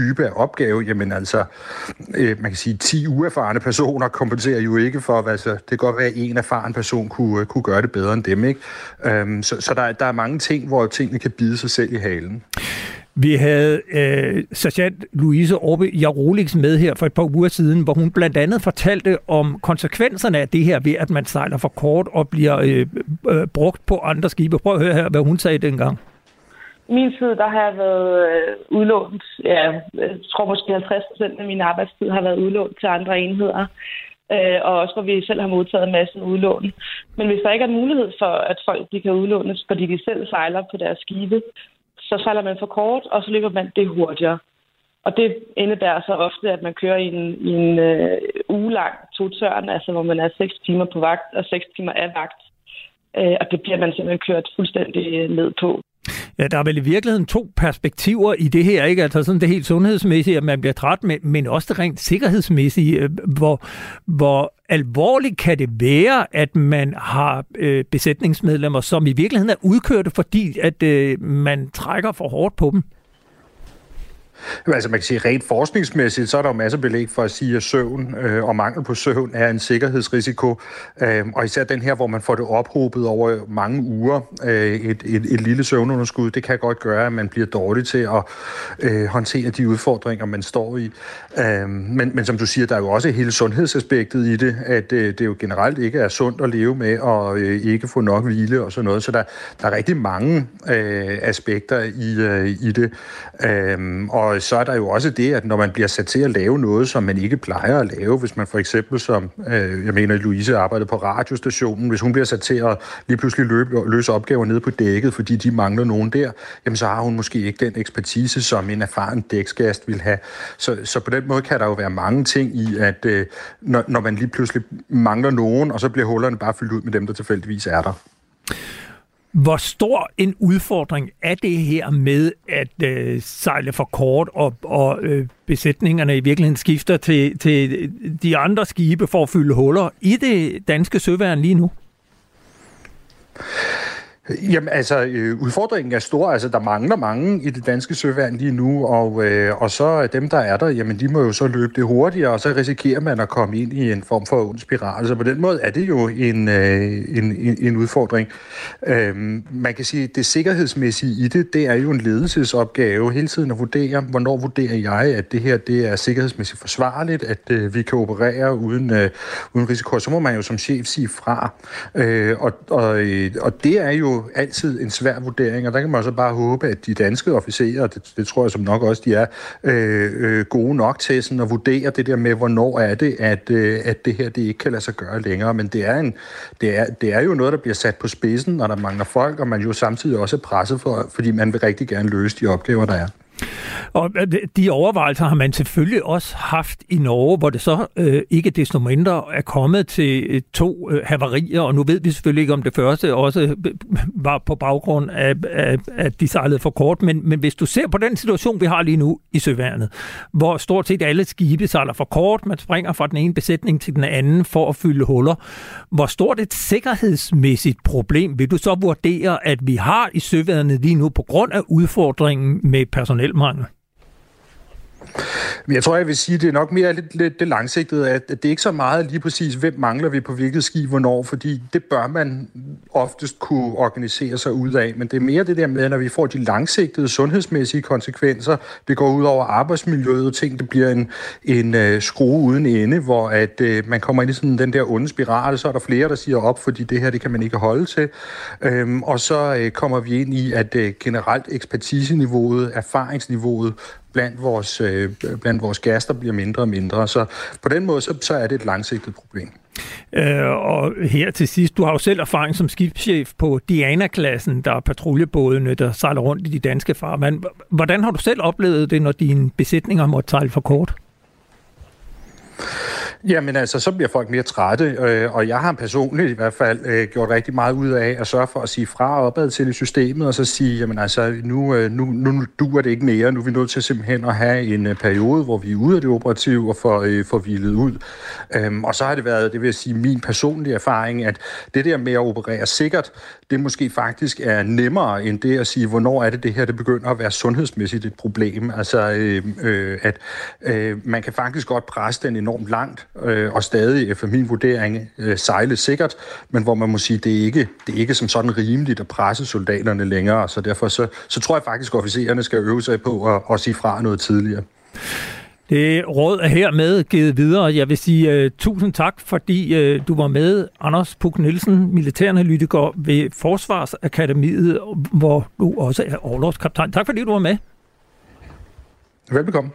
type af opgave, jamen altså, man kan sige, 10 uerfarne personer kompenserer jo ikke for, altså, det kan godt være, at en erfaren person kunne gøre det bedre end dem, ikke? Så der er mange ting, hvor tingene kan bide sig selv i halen. Vi havde sergeant Louise Orbe Jarolix med her for et par uger siden, hvor hun blandt andet fortalte om konsekvenserne af det her ved, at man sejler for kort og bliver brugt på andre skibe. Prøv at høre her, hvad hun sagde dengang. I min tid, der har jeg været udlånt, jeg tror måske 50% af min arbejdstid har været udlånt til andre enheder. Og også hvor vi selv har modtaget en masse udlån. Men hvis der ikke er mulighed for, at folk de kan udlånes, fordi de selv sejler på deres skibe, så sejler man for kort, og så løber man det hurtigere. Og det indebærer så ofte, at man kører i en ugelang togtørn, altså hvor man er 6 timer på vagt og 6 timer af vagt. Og det bliver man simpelthen kørt fuldstændig ned på. Ja, der er vel i virkeligheden 2 perspektiver i det her, ikke? Altså sådan det helt sundhedsmæssige, at man bliver træt, men også det rent sikkerhedsmæssige. Hvor alvorligt kan det være, at man har besætningsmedlemmer, som i virkeligheden er udkørte, fordi at man trækker for hårdt på dem? Altså man kan sige, rent forskningsmæssigt, så er der jo masser af belæg for at sige, at søvn og mangel på søvn er en sikkerhedsrisiko. Og især den her, hvor man får det ophobet over mange uger, et lille søvnunderskud, det kan godt gøre, at man bliver dårlig til at håndtere de udfordringer, man står i. Men som du siger, der er jo også hele sundhedsaspektet i det, at det jo generelt ikke er sundt at leve med og ikke få nok hvile og sådan noget. Så der er rigtig mange aspekter i det. Og så er der jo også det, at når man bliver sat til at lave noget, som man ikke plejer at lave, hvis man for eksempel, som jeg mener, Louise arbejdede på radiostationen, hvis hun bliver sat til at lige pludselig løse opgaver nede på dækket, fordi de mangler nogen der, jamen så har hun måske ikke den ekspertise, som en erfaren dæksgast vil have. Så på den måde kan der jo være mange ting i, at når man lige pludselig mangler nogen, og så bliver hullerne bare fyldt ud med dem, der tilfældigvis er der. Hvor stor en udfordring er det her med at sejle for kort, og besætningerne i virkeligheden skifter til de andre skibe for at fylde huller i det danske søværn lige nu? Jamen altså, udfordringen er stor. Altså, der mangler mange i det danske søværn lige nu, og så dem, der er der, jamen de må jo så løbe det hurtigere, og så risikerer man at komme ind i en form for ond spiral. Så på den måde er det jo en udfordring. Man kan sige, at det sikkerhedsmæssige i det er jo en ledelsesopgave hele tiden at vurdere, hvornår vurderer jeg, at det her det er sikkerhedsmæssigt forsvarligt, at vi kan operere uden risiko. Så må man jo som chef sige fra. Og det er jo altid en svær vurdering, og der kan man så bare håbe, at de danske officerer, det tror jeg som nok også, de er gode nok til sådan at vurdere det der med, hvornår er det, at det her det ikke kan lade sig gøre længere. Men det er jo noget, der bliver sat på spidsen, når der mangler folk, og man jo samtidig også er presset for, fordi man vil rigtig gerne løse de opgaver, der er. Og de overvejelser har man selvfølgelig også haft i Norge, hvor det så ikke desto mindre er kommet til 2 havarier, og nu ved vi selvfølgelig ikke, om det første også var på baggrund af at de sejlede for kort, men hvis du ser på den situation, vi har lige nu i søværnet, hvor stort set alle skibe sejler for kort, man springer fra den ene besætning til den anden for at fylde huller, hvor stort et sikkerhedsmæssigt problem vil du så vurdere, at vi har i søværnet lige nu på grund af udfordringen med personelmangel? Jeg tror, jeg vil sige, at det er nok mere lidt det langsigtede, at det er ikke så meget lige præcis, hvem mangler vi på hvilket skib, hvornår, fordi det bør man oftest kunne organisere sig ud af, men det er mere det der med, når vi får de langsigtede sundhedsmæssige konsekvenser, det går ud over arbejdsmiljøet, ting, det bliver en skrue uden ende, hvor at man kommer ind i sådan den der onde spiral, så er der flere, der siger op, fordi det her, det kan man ikke holde til, og så kommer vi ind i, at generelt ekspertiseniveauet, erfaringsniveauet, blandt vores gaster bliver mindre og mindre. Så på den måde, så er det et langsigtet problem. Og her til sidst, du har jo selv erfaring som skibschef på Diana-klassen, der er patruljebådene, der sejler rundt i de danske farvand. Hvordan har du selv oplevet det, når dine besætninger måtte sejle for kort? Jamen altså, så bliver folk mere trætte, og jeg har personligt i hvert fald gjort rigtig meget ud af at sørge for at sige fra opad til det systemet, og så sige, jamen altså, nu duer det ikke mere, nu er vi nødt til simpelthen at have en periode, hvor vi er ude af det operative og får hvilet ud. Og så har det været, det vil jeg sige, min personlige erfaring, at det der med at operere sikkert, det måske faktisk er nemmere end det at sige, hvornår er det her, det begynder at være sundhedsmæssigt et problem. Altså, at man kan faktisk godt presse den enormt langt, og stadig efter min vurdering sejle sikkert, men hvor man må sige, det er ikke som sådan rimeligt at presse soldaterne længere, så derfor så tror jeg faktisk, at officererne skal øve sig på at sige fra noget tidligere. Det råd er hermed givet videre. Jeg vil sige tusind tak, fordi du var med, Anders Puk Nielsen, militæranalytiker ved Forsvarsakademiet, hvor du også er orlogskaptajn. Tak fordi du var med. Velbekomme.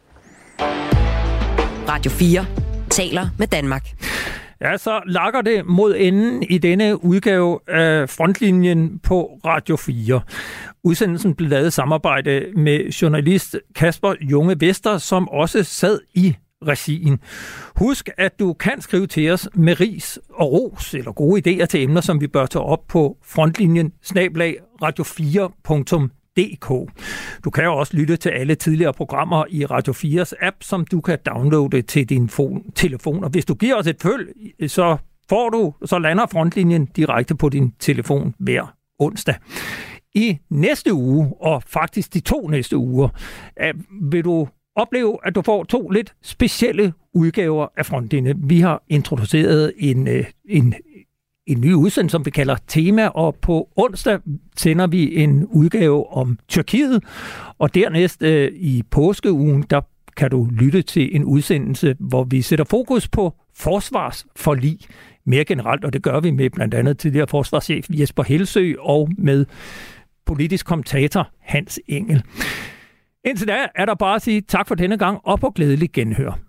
Radio 4 taler med Danmark. Ja, så lakker det mod enden i denne udgave af Frontlinjen på Radio 4. Udsendelsen blev lavet i samarbejde med journalist Kasper Junge Vester, som også sad i regien. Husk, at du kan skrive til os med ris og ros eller gode idéer til emner, som vi bør tage op på frontlinjen@radio4.dk. Du kan jo også lytte til alle tidligere programmer i Radio 4's app, som du kan downloade til din telefon. Og hvis du giver os et følg, så lander Frontlinjen direkte på din telefon hver onsdag. I næste uge, og faktisk de 2 næste uger, vil du opleve, at du får 2 lidt specielle udgaver af Frontlinjen. Vi har introduceret en ny udsendelse, som vi kalder Tema, og på onsdag sender vi en udgave om Tyrkiet, og dernæst i påskeugen, der kan du lytte til en udsendelse, hvor vi sætter fokus på forsvarsforlig mere generelt, og det gør vi med blandt andet tidligere forsvarschef Jesper Helsø og med politisk kommentator Hans Engel. Indtil da er der bare at sige tak for denne gang, og på glædelig genhør.